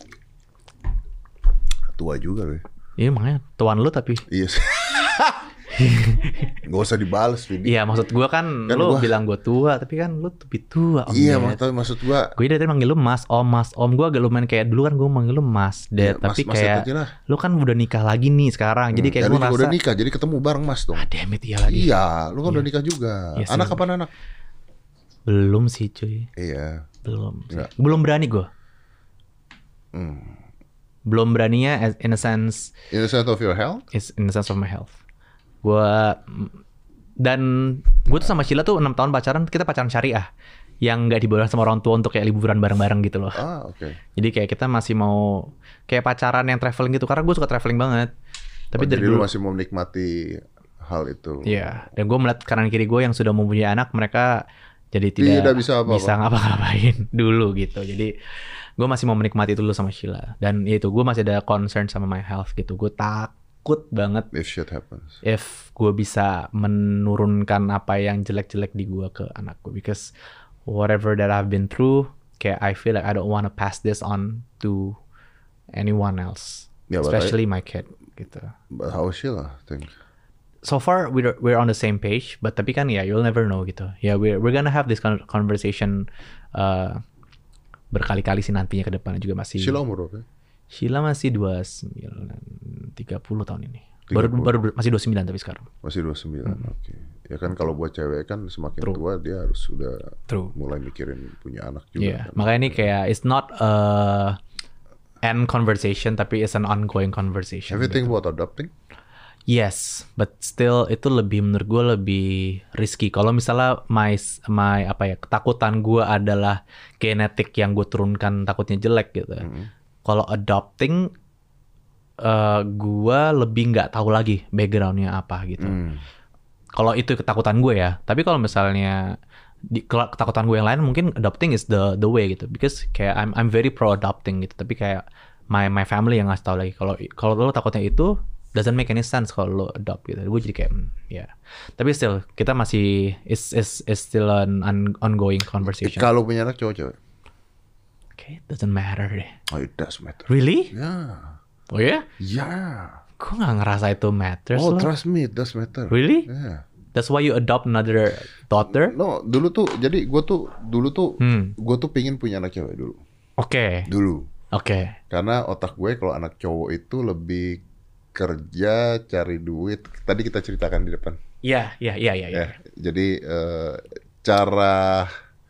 Tua juga loh. Iya makanya tuan lu tapi. Iya sih. Gak usah dibales, Vidi. Iya maksud gue kan, Kan lu gua- bilang gue tua, tapi kan lu lebih tua. Om Iya, Ded. mak- tapi maksud gua Gue dari tadi manggil lu mas, om, mas, om. Gue agak lumayan kayak dulu kan gue manggil lu mas, Ya, Ded. mas- Tapi mas kayak aja lah. lu kan udah nikah lagi nih sekarang. Jadi Hmm, kayak ya, gue lu juga ngerasa, udah nikah, jadi ketemu bareng Mas dong. ah damn it, iya lagi. Iya, lu kan udah nikah juga. Iya sih. Anak kapan anak? Belum sih cuy, Iya. belum. sih. Enggak. Belum berani gue. Hmm. Belum beraninya as- in a sense, In the sense of your health? is in the sense of my health. Gue dan gue tuh sama Sheila tuh enam tahun pacaran, kita pacaran syariah yang nggak dibolehin sama orang tua untuk kayak liburan bareng-bareng gitu loh. Ah, oke. Jadi kayak kita masih mau kayak pacaran yang traveling gitu, karena gue suka traveling banget. Tapi Oh, dari jadi lu dulu, masih mau menikmati hal itu. iya. Dan gue melihat kanan kiri gue yang sudah mempunyai anak, mereka jadi tidak, Tidak bisa apa-apa. bisa ngapa-ngapain dulu gitu. Jadi gue masih mau menikmati itu dulu sama Sheila. Dan ya itu gue masih ada concern sama my health gitu. Gue takut banget If shit happens. if gue bisa menurunkan apa yang jelek-jelek di gue ke anak gue, because whatever that I've been through, kayak I feel like I don't want to pass this on to anyone else, Yeah, but especially my kid gitu. But how is she lah, I think. So far we're we're on the same page, but tapi kan ya you'll never know gitu. Ya yeah, we're we're gonna have this con- conversation uh, berkali-kali sih nantinya ke depan juga masih. Sheila umur berapa? Sheila masih dua puluh sembilan, tiga puluh tahun ini. Baru, tiga puluh. baru masih dua puluh sembilan tapi sekarang. Masih dua puluh sembilan, oke. Ya kan kalau buat cewek kan semakin True. tua dia harus sudah True. mulai mikirin punya anak juga. Iya, kan. makanya ini kayak it's not a end conversation tapi it's an ongoing conversation. Have you think gitu. about adopting? Yes, but still itu lebih menurut gue lebih risky. Kalau misalnya my my apa ya ketakutan gue adalah genetik yang gue turunkan takutnya jelek gitu. Mm-hmm. Kalau adopting uh, gue lebih nggak tahu lagi backgroundnya apa gitu. Hmm. Kalau itu ketakutan gue ya. Tapi kalau misalnya di, kalau ketakutan gue yang lain mungkin adopting is the the way gitu. Because kayak I'm I'm very pro adopting gitu. Tapi kayak my my family yang ngasih tahu lagi. Kalau kalau lo takutnya itu doesn't make any sense kalau lo adopt gitu. Gue jadi kayak hmm, ya. Yeah. Tapi still kita masih is is is still an, an ongoing conversation. Kalau punya anak cowok cewek? Okay, doesn't matter deh. Oh, it does matter. Really? Ya. Oh ya? Ya. Gue nggak ngerasa itu matters Oh, loh. trust me, it does matter. Really? Yeah. That's why you adopt another daughter? No, dulu tuh, jadi gue tuh, dulu tuh, Hmm. gue tuh pingin punya anak cewek dulu. Oke. Dulu. Oke. Karena otak gue kalau anak cowok itu lebih kerja, cari duit. Tadi kita ceritakan di depan. Iya, iya, iya, iya. Ya, jadi eh, cara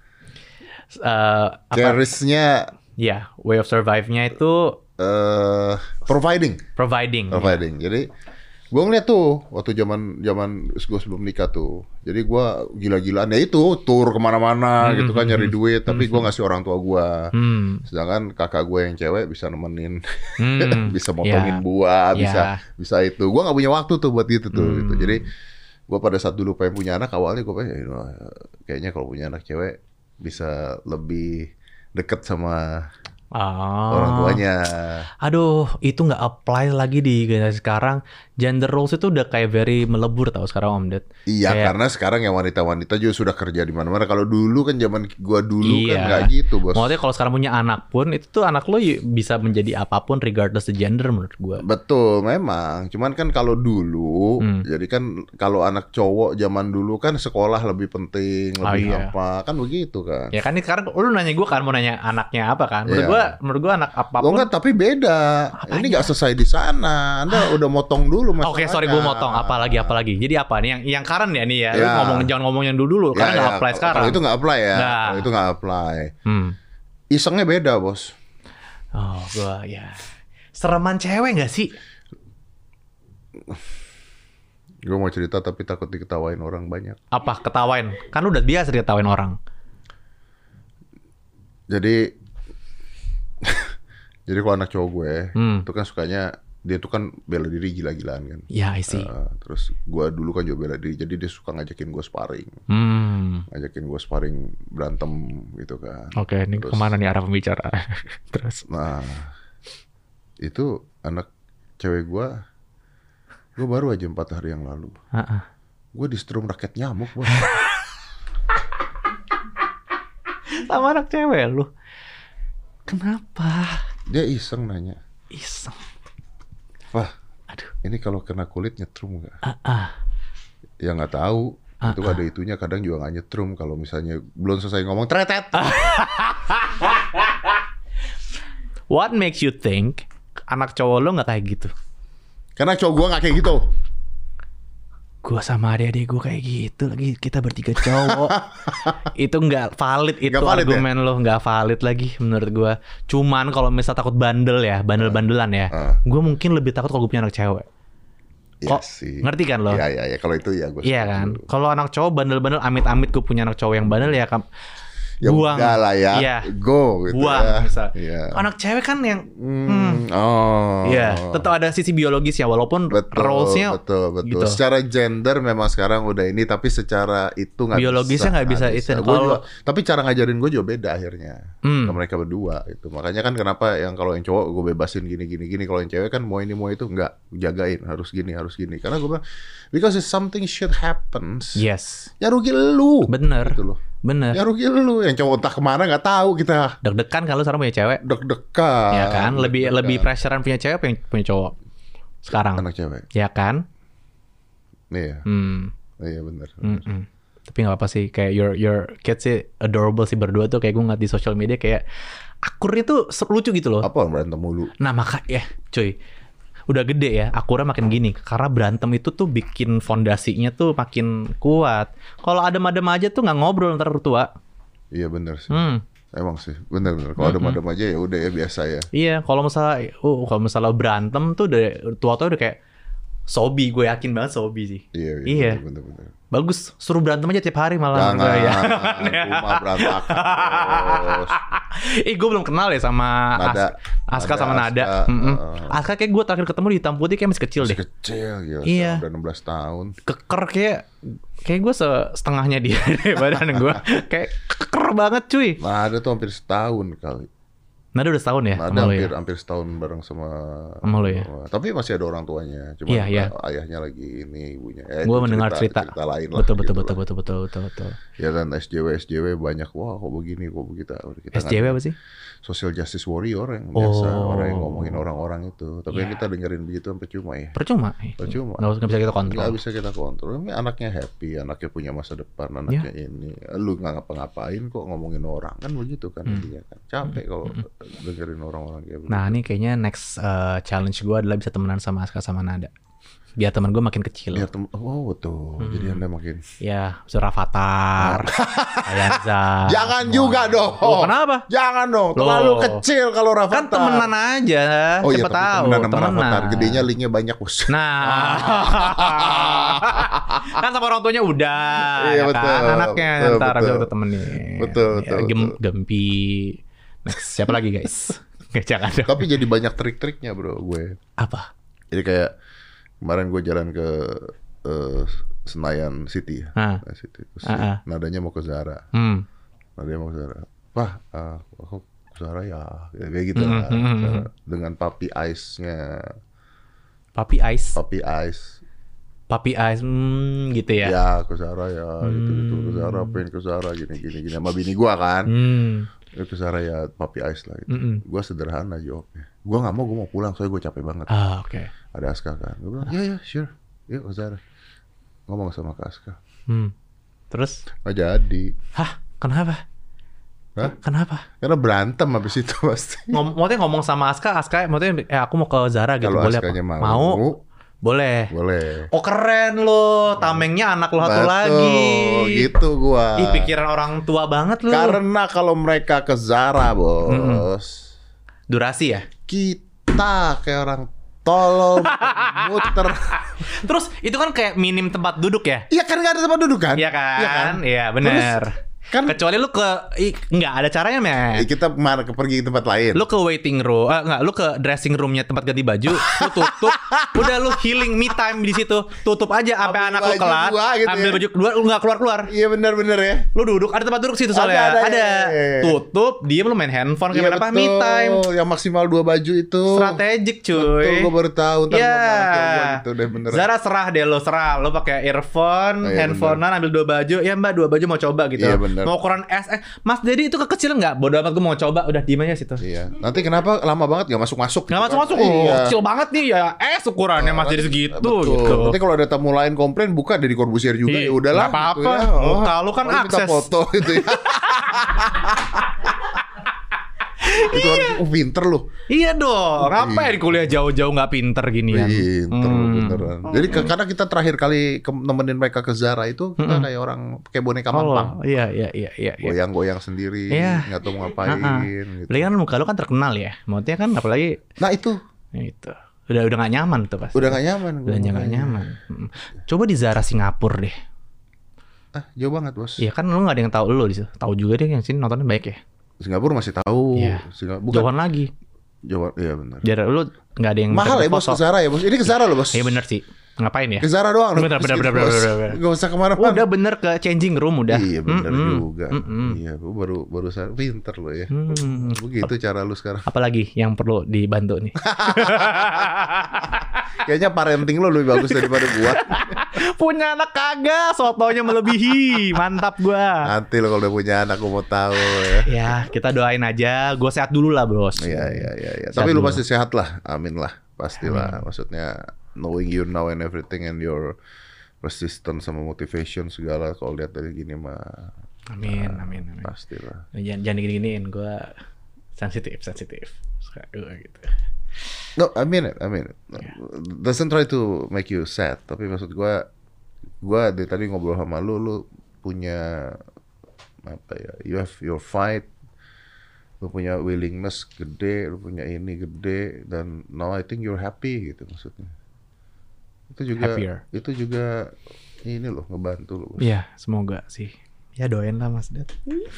Eh, apa? cherish-nya Ya, way of survive-nya itu eh, providing. providing. Providing. Jadi gue ngeliat tuh waktu zaman zaman gue sebelum nikah tuh. Jadi gue gila-gilaan ya itu tur kemana-mana gitu kan nyari duit. Tapi gue ngasih orang tua gue. Hmm. Sedangkan kakak gue yang cewek bisa nemenin, Hmm. bisa motongin Ya. buah, Ya. bisa bisa itu. Gue nggak punya waktu tuh buat itu tuh. Hmm. Gitu. Jadi gue pada saat dulu pengen punya anak awalnya gue pengen, you know, kayaknya kalau punya anak cewek bisa lebih deket sama Ah. orang tuanya. Aduh, itu nggak apply lagi di generasi sekarang. Gender roles itu udah kayak very melebur tau sekarang Om Ded. Iya, Kayak- karena sekarang yang wanita-wanita juga sudah kerja di mana-mana. Kalau dulu kan zaman gua dulu kan Iya. nggak gitu, Bos. Maksudnya kalau sekarang punya anak pun itu tuh anak lo y- bisa menjadi apapun regardless the gender menurut gua. Betul, memang. Cuman kan kalau dulu, Hmm. jadi kan kalau anak cowok zaman dulu kan sekolah lebih penting, Oh, lebih iya. apa, kan begitu kan. Ya kan ini sekarang lu nanya gua kan mau nanya anaknya apa kan? Menurut Iya. gua, menurut gua anak Lo apapun. enggak, tapi beda. Ini nggak selesai di sana. Anda udah motong dulu masalahnya. Oke, sorry gue motong. Apalagi apalagi. Jadi apa nih yang yang current ya nih ya. Lu Ya. ngomong jangan ngomong yang dulu dulu Ya, karena nggak ya. apply sekarang. Kalau itu nggak apply ya. Nggak. Kalau itu nggak apply. Hmm. Isengnya beda, Bos. Oh, gua ya. Sereman cewek nggak sih? Gue mau cerita tapi takut diketawain orang banyak. Apa ketawain? Kan lu udah biasa diketawain orang. Jadi jadi kalau anak cowok gue Hmm. itu kan sukanya dia tuh kan bela diri gila-gilaan kan. Ya, I see. Uh, terus gue dulu kan juga bela diri, jadi dia suka ngajakin gue sparring, Hmm. ngajakin gue sparring berantem gitu kan. Oke, ini Terus- kemana nih arah pembicaraan? Terus. Nah itu anak cewek gue, gue baru aja empat hari yang lalu, Ah, ah. gue distrum raket nyamuk, Bos. Sama anak cewek lu. Kenapa? Dia iseng nanya, Iseng. wah Aduh. ini kalau kena kulit nyetrum nggak? Ah, ah. Ya nggak tahu. Ah, Itu ada itunya, kadang juga nggak nyetrum kalau misalnya belum selesai ngomong tretet. What makes you think anak cowok lo nggak kayak gitu? Karena cowok gue nggak kayak gitu. Gua sama adik-adik gue kayak gitu lagi, kita bertiga cowok. Itu nggak valid itu Nggak valid, argumen lo, nggak valid lagi menurut gua. Cuman kalau misal takut bandel ya, bandel-bandelan ya, Uh. gue mungkin lebih takut kalau gue punya anak cewek. Iya Kok sih. ngerti kan lo? Iya iya ya. Kalau itu ya gue. Iya kan. Kalau anak cowok bandel-bandel, amit-amit gue punya anak cowok yang bandel ya, kam- Ya buang. udah lah ya. Iya. Go gitu buang ya. misal. Iya. Anak cewek kan yang, Hmm, Oh. iya, tetap ada sisi biologis ya, walaupun Betul, roles-nya betul, betul. gitu. Secara gender memang sekarang udah ini, tapi secara itu nggak Biologisnya nggak bisa itu. Gua Kalau- juga- tapi cara ngajarin gue juga beda akhirnya. Hmm. Ke mereka berdua itu. Makanya kan kenapa yang kalau yang cowok gue bebasin gini gini gini, kalau yang cewek kan mau ini mau itu nggak, jagain harus gini harus gini. Karena gue bilang because if something shit happens, Yes, ya rugi lu. bener, Gitu loh. bener. Ya rugi lu. Yang cowok entah kemana nggak tahu kita. Deg-degan kalau sekarang punya cewek. Deg-degan. Ya kan, lebih deg-degan. lebih pressurean punya cewek apa yang punya cowok sekarang. Anak cewek. Ya kan? Iya. Hmm. Iya benar. mm-mm. Tapi nggak apa sih, kayak your your kids sih adorable sih berdua tuh, kayak gue ngeliat di sosial media kayak akurnya tuh se- lucu gitu loh. Apa berantem mulu? Nah maka ya cuy, udah gede ya akurnya makin gini karena berantem itu tuh bikin fondasinya tuh makin kuat. Kalau adem-adem aja tuh nggak ngobrol ntar tua. Iya benar sih. Hmm. Emang sih, benar-benar. Kalau adem-adem aja ya udah ya biasa ya. Iya, kalau misalnya, uh, kalau misalnya berantem tuh udah tua-tua udah kayak sobi, gue yakin banget sobi sih. Iya, Iya. benar-benar. Bagus, suruh berantem aja tiap hari malah. Jangan, Ya. rumah berantakan bos. Ih, gue belum kenal ya sama Nada. As- Aska Nada, sama Nada. Aska, Mm-mm. uh. Aska kayak gue terakhir ketemu di Hitam Putih kayak masih kecil Masih deh. kecil gitu. Iya. Udah enam belas tahun. Keker kayak kayak gue se- setengahnya dia deh badan gue. Kayak keker banget cuy. Nah, ada tuh hampir setahun kali. Nada udah setahun ya Nah, sama ada lo hampir ya. hampir setahun bareng sama. Sama lo ya? sama- Tapi masih ada orang tuanya. Cuma Iya, iya. ayahnya lagi ini, ibunya. Eh, Gue itu mendengar cerita. cerita lain lah. Betul betul gitu betul lah. betul betul betul betul. Ya dan S J W S J W banyak. Wah, kok begini, kok begitu. Kita S J W nggak- apa sih? Social justice warrior yang biasa, Oh. orang yang ngomongin orang-orang itu. Tapi Iya. yang kita dengerin begitu sampai cuma ya. Percuma. Percuma. Nggak, nggak bisa kita kontrol. Nggak bisa kita kontrol. Ini anaknya happy, anaknya punya masa depan, anaknya ini. Lu nggak ngapa-ngapain kok ngomongin orang, kan begitu kan intinya kan. Capek kalau dengerin orang-orang kayak begitu. Nah ini kayaknya next uh, challenge gue adalah bisa temenan sama Aska sama Nada. Biar teman gue makin kecil. Biar tem- oh betul. Jadi Anda makin Ya, Surah Fatar, Ayanza. jangan juga dong. Oh, kenapa? Jangan dong. Loh. Terlalu kecil kalau Rafathar. Kan temenan aja, Oh iya, siapa tapi tahu. temenan sama Temenan. Rafathar. Gedenya linknya banyak bos. Nah, kan sama orang tuanya udah, Iya, ya betul. kan? Anaknya Betul, ntar betul. bisa kita temenin. Betul, Ya, betul, Gem, betul. Gempi. Next, siapa lagi guys? Nggak, jangan dong. Tapi jadi banyak trik-triknya bro gue. Apa? Jadi kayak kemarin gue jalan ke eh, Senayan City ya. Ah. Senayan City. Terus Ah, ah. nadanya mau ke Zara. Hmm. Nadanya mau ke Zara. Wah, eh, aku Zara ya, kayak gitu lah. Mm-hmm. Dengan puppy eyes-nya. Puppy eyes. Puppy eyes. Puppy eyes, hmm, gitu ya. Ya, ke Zara ya, Hmm. gitu-gitu. Ke Zara, pengen ke Zara, gini-gini. Gini. Sama bini gua kan. Hmm. Ya, ke Zara ya, puppy eyes lah. Gitu. Mm-mm. Gua sederhana jawabnya. Gua nggak mau, gua mau pulang, soalnya gua capek banget. Ah, oke. Ada Aska kan. Gua bilang, ya ya, sure. Yuk ke Zara. Ngomong sama Kak Aska. Hmm. Terus? Nggak jadi. Hah? Kenapa? Hah? Kenapa? Karena berantem habis itu pasti. Ngom maksudnya ngomong sama Aska, Aska maksudnya eh aku mau ke Zara gitu, Kalau boleh apa? Askanya mau, Mau? Boleh. Boleh. Oh keren lo, tamengnya anak lo satu Betul, lagi. gitu gua. Ih, pikiran orang tua banget lo. Karena kalau mereka ke Zara, bos, Mm-mm. Durasi ya? kita kayak orang tolol muter. Terus itu kan kayak minim tempat duduk ya? Iya kan nggak ada tempat duduk kan? Iya kan? Iya bener. kan Kecuali lu ke ih, nggak ada caranya men. kita mana ke pergi ke tempat lain. Lu ke waiting room, eh, nggak, lu ke dressing roomnya tempat ganti baju, lu tutup, udah lu healing me time di situ, tutup aja sampai Ambil anak lu baju kelar, dua gitu ambil ya. baju kedua, lu nggak keluar keluar, Iya benar-benar ya. lu duduk, ada tempat duduk situ soalnya, Ada, ada, ada, iya, iya, iya. tutup, diem lu main handphone kayak Iya main apa, betul. me time, Yang maksimal dua baju itu. strategik cuy. Betul, gue baru tahu. Ntar Iya. gua malah coba gitu deh beneran. Zara serah deh lo, serah lo pakai earphone, Oh, iya, handphonean, ambil dua baju, ya mbak dua baju mau coba gitu, Iya, bener. mau ukuran S, eh, Mas Dedi itu kekecilan nggak? Bodoh amat gue mau coba, udah diem aja situ. Iya. Nanti kenapa lama banget gak masuk-masuk? Nggak gitu masuk-masuk, kan? oh, Iya. kecil banget nih ya, eh ukurannya Mas Dedi segitu Betul. gitu. Nanti kalau ada tamu lain komplain buka dari Corbusier juga Ih, ya udahlah. nggak apa-apa. Gitu ya. Muka lu kan paling minta akses. foto gitu ya. Itu orang oh, pinter loh. Iya dong, ngapain kuliah jauh-jauh nggak pinter ginian? Pinter loh Hmm. beneran. Jadi ke- karena kita terakhir kali ke, nemenin mereka ke Zara itu kita Mm-mm. kayak orang kayak boneka Oh, mampang. iya iya iya iya. iya. Goyang-goyang sendiri, Iya. nggak tahu mau ngapain Ha-ha. gitu. Apalagi kan muka lu kan terkenal ya, maksudnya kan apalagi Nah itu itu udah udah nggak nyaman tuh pasti. udah nggak nyaman. gua Udah nggak makanya. nyaman. Mm. Coba di Zara Singapura deh. Ah jauh banget bos. Iya kan lu nggak ada yang tahu lu di situ. Tahu juga deh yang sini nontonnya baik ya. Singapura masih tahu. Iya. Singapura bukan Jauhan lagi. Jawa, iya benar. Biar lu nggak ada yang Mahal ya bos ke foto. Zara ya bos. Ini ke Zara loh bos. Iya bener sih. Ngapain ya? Ke Zara doang. Bener, Terus bener, gitu, bener, bos. bener, bener. Nggak usah kemana-mana. Udah bener ke changing room udah. Iya bener Mm-mm. juga. Mm-mm. Iya, gua baru baru sadar. Pinter lo ya. Hmm. Begitu cara lu sekarang. Apalagi yang perlu dibantu nih? Kayaknya parenting lo lebih bagus daripada gua. Punya anak kagak, sotonya melebihi. Mantap gua. Nanti lo kalau udah punya anak gua mau tahu ya. Ya, kita doain aja. Gue sehat dulu lah, Bros. Iya iya iya. iya. Sehat Tapi lu dulu. pasti sehat lah. Amin lah. Pastilah. Maksudnya knowing you now and everything and your resistance sama motivation segala kalau lihat dari gini mah Amin, amin, amin. pastilah. Jangan, jangan gini-giniin. Gue sensitif, sensitif. Suka gue gitu. No, I mean it, I mean it. Doesn't try to make you sad, tapi maksud gua gua dari tadi ngobrol sama lu, lu punya apa ya? You have your fight, lu punya willingness gede, lu punya ini gede, dan now I think you're happy gitu maksudnya. Itu juga, Happier. itu juga ini loh ngebantu lo, bos. Iya, semoga sih. Ya doain lah Mas Dad.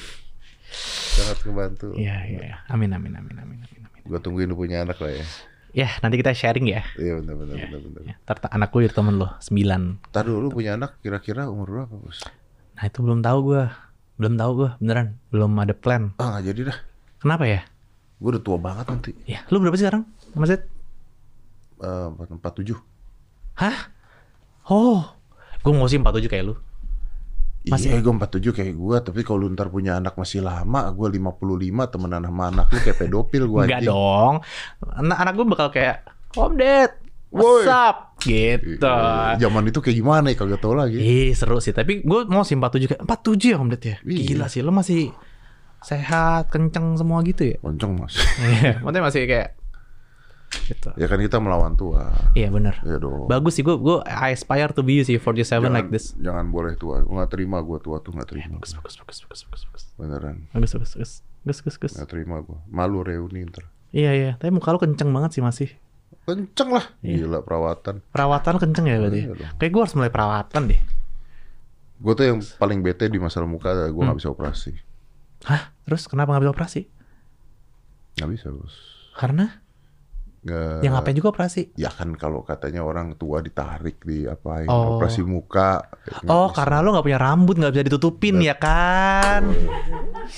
Sangat ngebantu. Iya, iya, iya. Amin, amin, amin, amin, amin, amin. Gua tungguin lu punya anak lah ya. Ya, nanti kita sharing ya. Iya benar benar Ya, benar benar. ya. Ntar anak gue dari temen lo, sembilan. Tadi lu punya anak kira-kira umur berapa, bos? Nah itu belum tahu gue. Belum tahu gue, beneran. Belum ada plan. Ah nggak jadi dah. Kenapa ya? Gue udah tua banget nanti. Ya, lu berapa sih sekarang, Mas Dad? Eh, empat tujuh. Hah? Oh, gue mau sih empat puluh tujuh kayak lu. Masih iya, gue empat tujuh kayak gue, tapi kalau lu ntar punya anak masih lama, gue lima puluh lima temenan sama anak lu kayak pedofil gue. Enggak dong. Anak-anak gue bakal kayak, Om Dad, what's Woi. up? Gitu. Zaman itu kayak gimana ya, kagak tau lagi. Ih, seru sih. Tapi gue mau sih empat puluh tujuh kayak, empat puluh tujuh ya Om Dad ya? Iya. Gila sih, lu masih sehat, kenceng semua gitu ya? Loncong mas. Iya, maksudnya masih kayak gitu. Ya kan kita melawan tua. Iya benar. Ya dong. Bagus sih, gue gue I aspire to be you sih forty-seven Jangan- like this. Jangan boleh tua. Gue gak terima gue tua tuh gak terima. Bagus, bagus, bagus, bagus, bagus, bagus. Beneran. Bagus, bagus, bagus, bagus, bagus, bagus. Gak terima gue. Malu reuni ntar. Iya, iya. Tapi muka lu kenceng banget sih masih. Kenceng lah. Iya. Gila perawatan. Perawatan kenceng ya berarti. Iya dong. Kayak gue harus mulai perawatan deh. Gue tuh yang paling bete di masalah muka, gue Hmm. gak bisa operasi. Hah? Terus kenapa nggak bisa operasi? Gak bisa bos. Karena Nggak. ya ngapain juga operasi? Ya kan kalau katanya orang tua ditarik di apain Oh. operasi muka. nggak Oh, bisa. karena lo nggak punya rambut, nggak bisa ditutupin ya kan?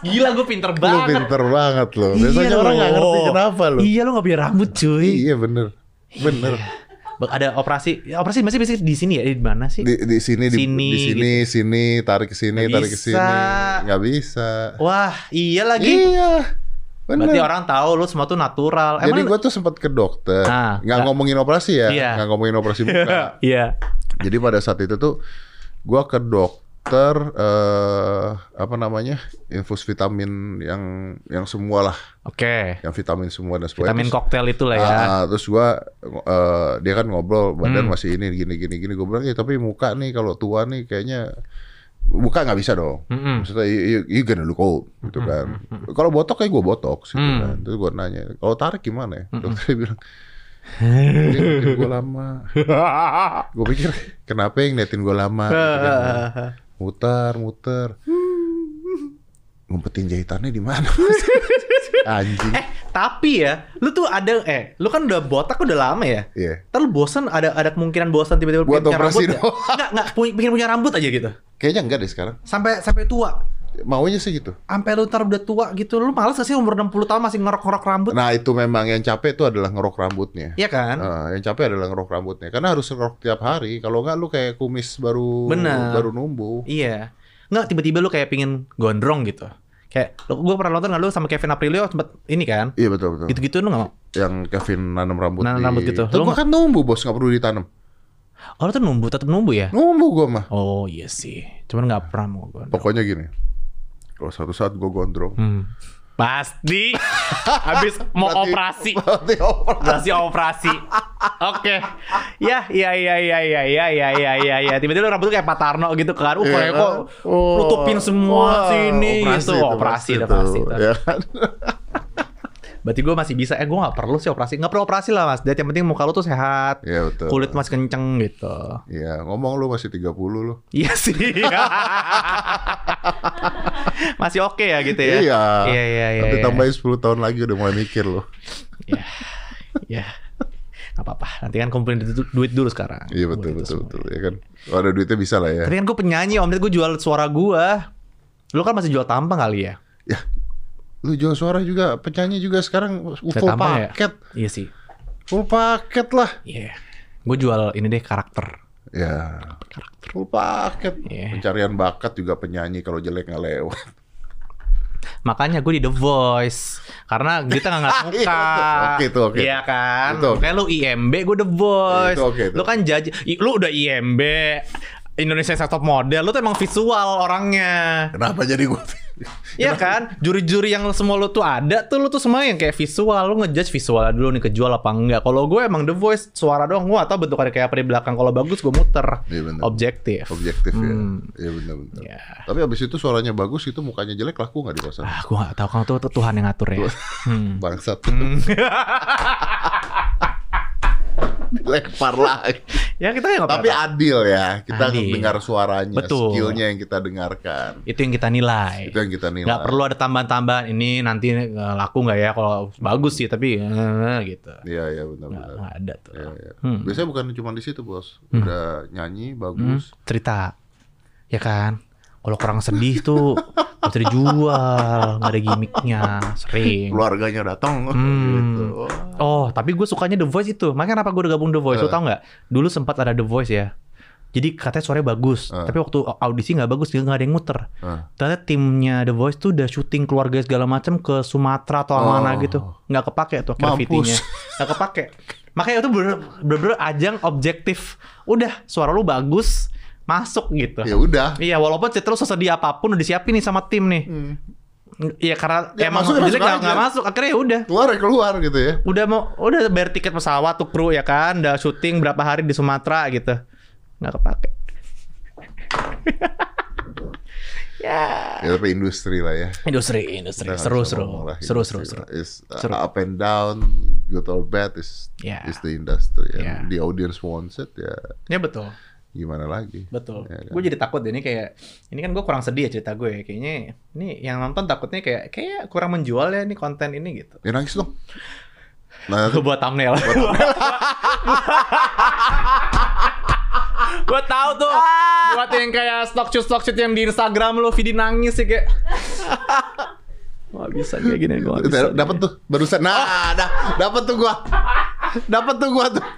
Gila gue pinter Lu banget. pinter banget lo. Iya Biasanya orang nggak ngerti loh. kenapa lo. Iya lo nggak punya rambut cuy. Iya bener, bener. Bak- Ada operasi, ya, operasi masih masih di sini ya, di mana sih? Di, di sini, di, Sini, di sini, sini, tarik ke sini, Nggak tarik ke bisa. sini, nggak bisa. Wah, iya lagi. Iya, bener. Berarti orang tahu lu semua tuh natural. Jadi Emang gue tuh sempat ke dokter, Ah, nggak nggak- ngomongin operasi ya, Iya. nggak ngomongin operasi muka. Iya. Jadi pada saat itu tuh gue ke dokter, eh, apa namanya, infus vitamin yang yang semua lah, Oke. yang vitamin semua dan sebagainya. Vitamin Terus- koktail itu lah ya. Ah, terus gua eh, dia kan ngobrol badan Hmm. masih ini gini gini gini gue bilang ya tapi muka nih kalau tua nih kayaknya muka nggak bisa dong. Mm-mm. Maksudnya you, you, you gonna look old gitu kan. Kalau botok kayak gue botok gitu Hmm. kan. Terus gue nanya kalau tarik gimana ya? Dokternya bilang dia ngeliatin gue lama. Gue pikir kenapa yang ngeliatin gue lama gitu kan. Muter muter. Ngumpetin jahitannya di mana? Anjing. Eh, tapi ya, lu tuh ada eh, lu kan udah botak udah lama ya. Iya. Ntar lu bosan, ada ada kemungkinan bosan tiba-tiba Buat pengen punya operasi rambut ya? doang. Enggak, enggak, pengen pengen punya rambut aja gitu. Kayaknya enggak deh sekarang. Sampai sampai tua. Maunya sih gitu. Sampai lu ntar udah tua gitu. Lu males gak sih umur enam puluh tahun masih ngerok-ngerok rambut? Nah itu memang yang capek itu adalah ngerok rambutnya. Iya kan? Nah, yang capek adalah ngerok rambutnya. Karena harus ngerok tiap hari. Kalau enggak lu kayak kumis baru Bener. baru numbuh. Iya. Nggak, tiba-tiba lu kayak pingin gondrong gitu. Kayak, gue pernah nonton nggak lu sama Kevin Aprilio sempet ini kan? Iya betul betul. Gitu-gitu lu nggak mau? Yang Kevin nanam rambut. Nanam di- rambut gitu. Tuh Lu gua nggak- kan numbuh bos, nggak perlu ditanam. Oh, lu tuh numbuh, tetap numbuh ya? Numbuh gua mah. Oh iya sih. Cuman nggak pernah mau gondrong. Pokoknya gini. Kalau satu saat gua gondrong. Hmm. Pasti habis mau Berarti- operasi. berarti operasi. Berarti operasi. Oke. Ya, ya, ya, ya, ya, ya, ya, ya, ya, ya. Tiba-tiba lu rambut lu kayak Pak Tarno gitu kan. Uh, Iya kayak kan? kok Oh, nutupin semua wah, sini operasi gitu. itu, Operasi, udah itu. pasti. Tuh. Ya kan? Berarti gue masih bisa. Eh, gue gak perlu sih operasi. Gak perlu operasi lah, Mas. Dan yang penting muka lu tuh sehat. Iya betul. Kulit masih kenceng gitu. Iya, ngomong lu masih tiga puluh lu. Iya sih. Masih oke ya gitu ya. Iya. Iya, iya, iya. Nanti iya. tambahin sepuluh tahun lagi udah mulai mikir lu. Ya, ya, nggak apa-apa. Nanti kan kumpulin du- duit dulu sekarang. Iya Buat betul itu betul semua. betul ya kan. Kalau ada duitnya bisa lah ya. Tapi kan gue penyanyi, om, gue jual suara gue. Lu kan masih jual tampang kali ya? Ya, lu jual suara juga, penyanyi juga sekarang Jual full tampang ya? paket, Iya sih. full paket lah. Iya. Gue jual ini deh karakter. Ya, full paket. Iya. Pencarian bakat juga penyanyi kalau jelek nggak lewat. Makanya gue di The Voice. Karena kita nggak ngeliat muka. Oke, itu oke. Iya kan? Itu oke. Kayak lu I M B, gue The Voice. Itu oke, itu. Lu kan jaji. I- Lu udah I M B. Indonesia Top Model. Lu tuh emang visual orangnya. Kenapa jadi gue? Iya kan? Juri-juri yang semua lu tuh ada tuh, lu tuh semua yang kayak visual. Lu ngejudge visualnya dulu nih, kejual apa enggak. Kalau gue emang The Voice, suara doang. Gue atau bentukannya kayak apa di belakang. Kalau bagus gue muter. Iya, bener. Objektif. Objektif Hmm. ya. Iya benar-benar. Ya. Tapi abis itu suaranya bagus, itu mukanya jelek laku nggak di pasar? Ah, gue gak tahu kan tuh, tuh Tuhan yang ngatur ya. Hmm. Bangsat. Lempar lagi. Ya kita nggak Tapi apa-apa. adil ya. Kita Adil. dengar suaranya, Betul. skillnya yang kita dengarkan. Itu yang kita nilai. Itu yang kita nilai. Nggak perlu ada tambahan-tambahan. Ini nanti eh, laku nggak ya? Kalau bagus sih, tapi eh, gitu. Iya iya Nggak, benar-benar. nggak ada tuh. Iya, iya. Hmm. Biasanya bukan cuma di situ bos. Udah nyanyi Hmm, bagus. cerita, ya kan? Kalau kurang sedih tuh nggak bisa dijual, nggak ada gimmicknya, sering. Keluarganya datang. Hmm. Gitu. Oh, tapi gue sukanya The Voice itu. Makanya kenapa gue udah gabung The Voice? Lo Eh. tau nggak? Dulu sempat ada The Voice ya. Jadi katanya suaranya bagus, Eh. tapi waktu audisi nggak bagus, dia nggak ada yang muter. Eh. Ternyata timnya The Voice tuh udah syuting keluarga segala macam ke Sumatera atau Oh. mana gitu, nggak kepake tuh graffiti-nya, nggak kepake. Makanya itu bener-bener ajang objektif. Udah suara lu bagus, masuk gitu. Ya udah. Iya, walaupun cerita lu sesedih apapun udah disiapin nih sama tim nih. Hmm. Iya karena Ya, emang masuk, jelek masuk nggak aja. nggak masuk. Akhirnya ya udah. Keluar ya keluar gitu ya. Udah mau udah bayar tiket pesawat tuh kru ya kan, udah syuting berapa hari di Sumatera gitu, nggak kepake. Ya. Ya tapi industri lah ya. Industri, industri, Kita nggak seru, bisa seru, ngomong lah, seru, industri seru, seru. lah. Is, uh, Seru. up and down, good or bad is Ya. is the industry. Ya. And the audience wants it ya. Ya betul, Gimana lagi? betul. Ya kan? Gue jadi takut deh ini kayak, ini kan gue kurang sedih ya cerita gue. Kayaknya ini yang nonton takutnya kayak kayak kurang menjual ya ini konten ini gitu. Ya nangis dong. Nah, Gue buat thumbnail. Gue tahu tuh buat yang kayak stock shoot stock shoot yang di Instagram lo, Vidi nangis sih kayak Gak bisa kayak gini, gue gak bisa. Dapat tuh barusan. Nah, dah, dapat tuh gua. Dapat tuh gua tuh.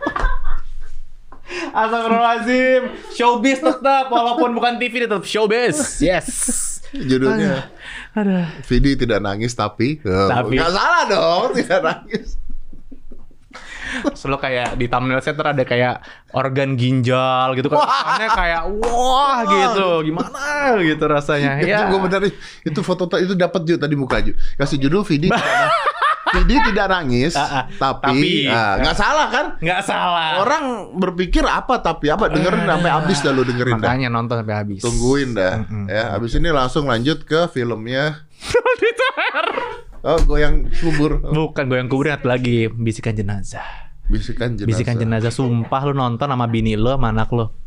Astagfirullahaladzim. Showbiz tetap, walaupun bukan T V tetap showbiz. Yes. Judulnya Aduh. Vidi tidak nangis tapi, Tapi. nggak salah dong, tidak nangis. Selalu kayak di thumbnail center ada kayak organ ginjal gitu kan. Kesannya kayak wah gitu. Gimana gitu rasanya. Ya. Ya. Gue bener nih, itu foto itu dapat juga tadi muka Ju. Kasih judul Vidi tidak nangis. Vidi tidak nangis, Ah, ah. tapi Tapi. ah, nggak salah kan? Nggak salah. Orang berpikir apa tapi apa, dengerin sampai habis dah lu dengerin dah. Makanya nonton sampai habis. Tungguin dah. Mm-mm. Ya, habis ini langsung lanjut ke filmnya. Oh, goyang kubur. Bukan goyang kubur, satu lagi Bisikan Jenazah. Bisikan jenazah. Bisikan Jenazah, sumpah lu nonton sama bini lu sama anak lu.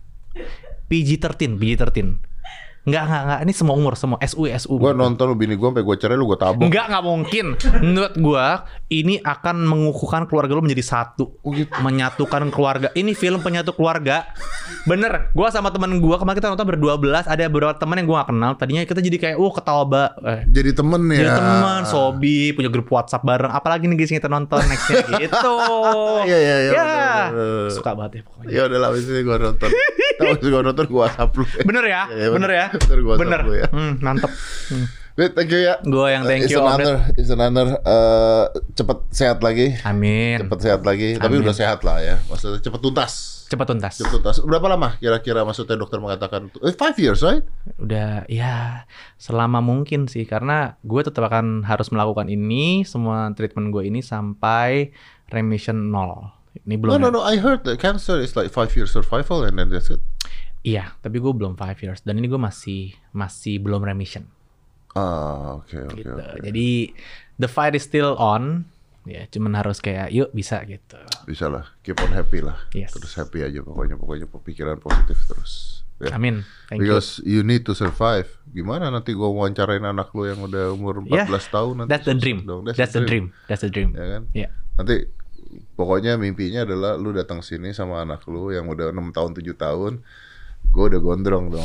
P G thirteen, P G thirteen. Enggak, enggak, enggak. Ini semua umur, semua S U, S U. Gue nonton lu bini gue sampai gue cerai lu gue tabok. Enggak, enggak mungkin. Menurut gua ini akan mengukuhkan keluarga lu menjadi satu. Oh gitu. Menyatukan keluarga. Ini film penyatu keluarga. Bener. Gua sama temen gua kemarin kita nonton berdua belas. Ada beberapa teman yang gua gak kenal. Tadinya kita jadi kayak, uh ketawa ba. Eh. Jadi temen ya. Jadi teman, Sobi, punya grup WhatsApp bareng. Apalagi nih guys yang kita nonton nextnya gitu. Iya, iya, iya, Ya. bener, bener. Suka banget ya pokoknya. Ya udah lah, abis ini gue nonton. Tahu gue nonton gue WhatsApp lu. Bener ya? Iya, iya, bener ya? Ntar gua WhatsApp Bener. lu ya. Hmm, mantep. Hmm. Wait, thank you ya. Gua yang thank It's you, an Om honor, it's an honor. Uh, cepet sehat lagi. Amin. Cepet sehat lagi. Tapi Amin. udah sehat lah ya. Maksudnya cepet tuntas. Cepat tuntas. Cepet tuntas. Berapa lama kira-kira maksudnya dokter mengatakan? Eh, five years, right? Udah ya selama mungkin sih, karena gue tetap akan harus melakukan ini semua treatment gue ini sampai remission nol. Ini belum. No, no, ya? no. I heard that cancer is like five years survival and then that's it. Iya, tapi gue belum five years dan ini gue masih masih belum remission. Ah, oke, oke, Gitu. oke. Jadi the fight is still on. Ya, cuman harus kayak yuk bisa gitu. Bisa lah. Keep on happy lah. Yes. Terus happy aja pokoknya. Pokoknya pikiran positif terus. Ya. Amin. Thank Because you. need to survive. Gimana nanti gua wawancarain anak lu yang udah umur you. empat belas tahun nanti. That's the susah dream. dong. That's, the dream. That's the dream. Ya kan? Iya. Nanti pokoknya mimpinya adalah lu datang sini sama anak lu yang udah enam tahun tujuh tahun. Gua udah gondrong dong.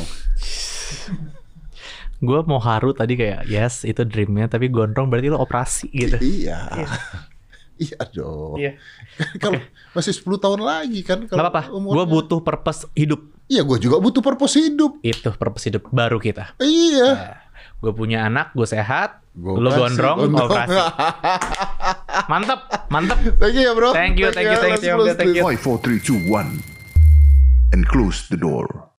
Gue mau haru tadi kayak yes itu dreamnya, tapi gondrong berarti lo operasi gitu. Iya. Iya dong. Iya. Kalau masih sepuluh tahun lagi kan Gak kalau apa-apa. umurnya- Gue butuh purpose hidup. Iya, gua juga butuh purpose hidup. Itu purpose hidup baru kita. Iya. Gue punya anak, gue sehat, Gua lo operasi, gondrong, gondrong. operasi. Mantep, mantep. Thank you ya bro. Thank you, thank you, thank Let's you, close thank this. you. five, four, three, two, one, and close the door.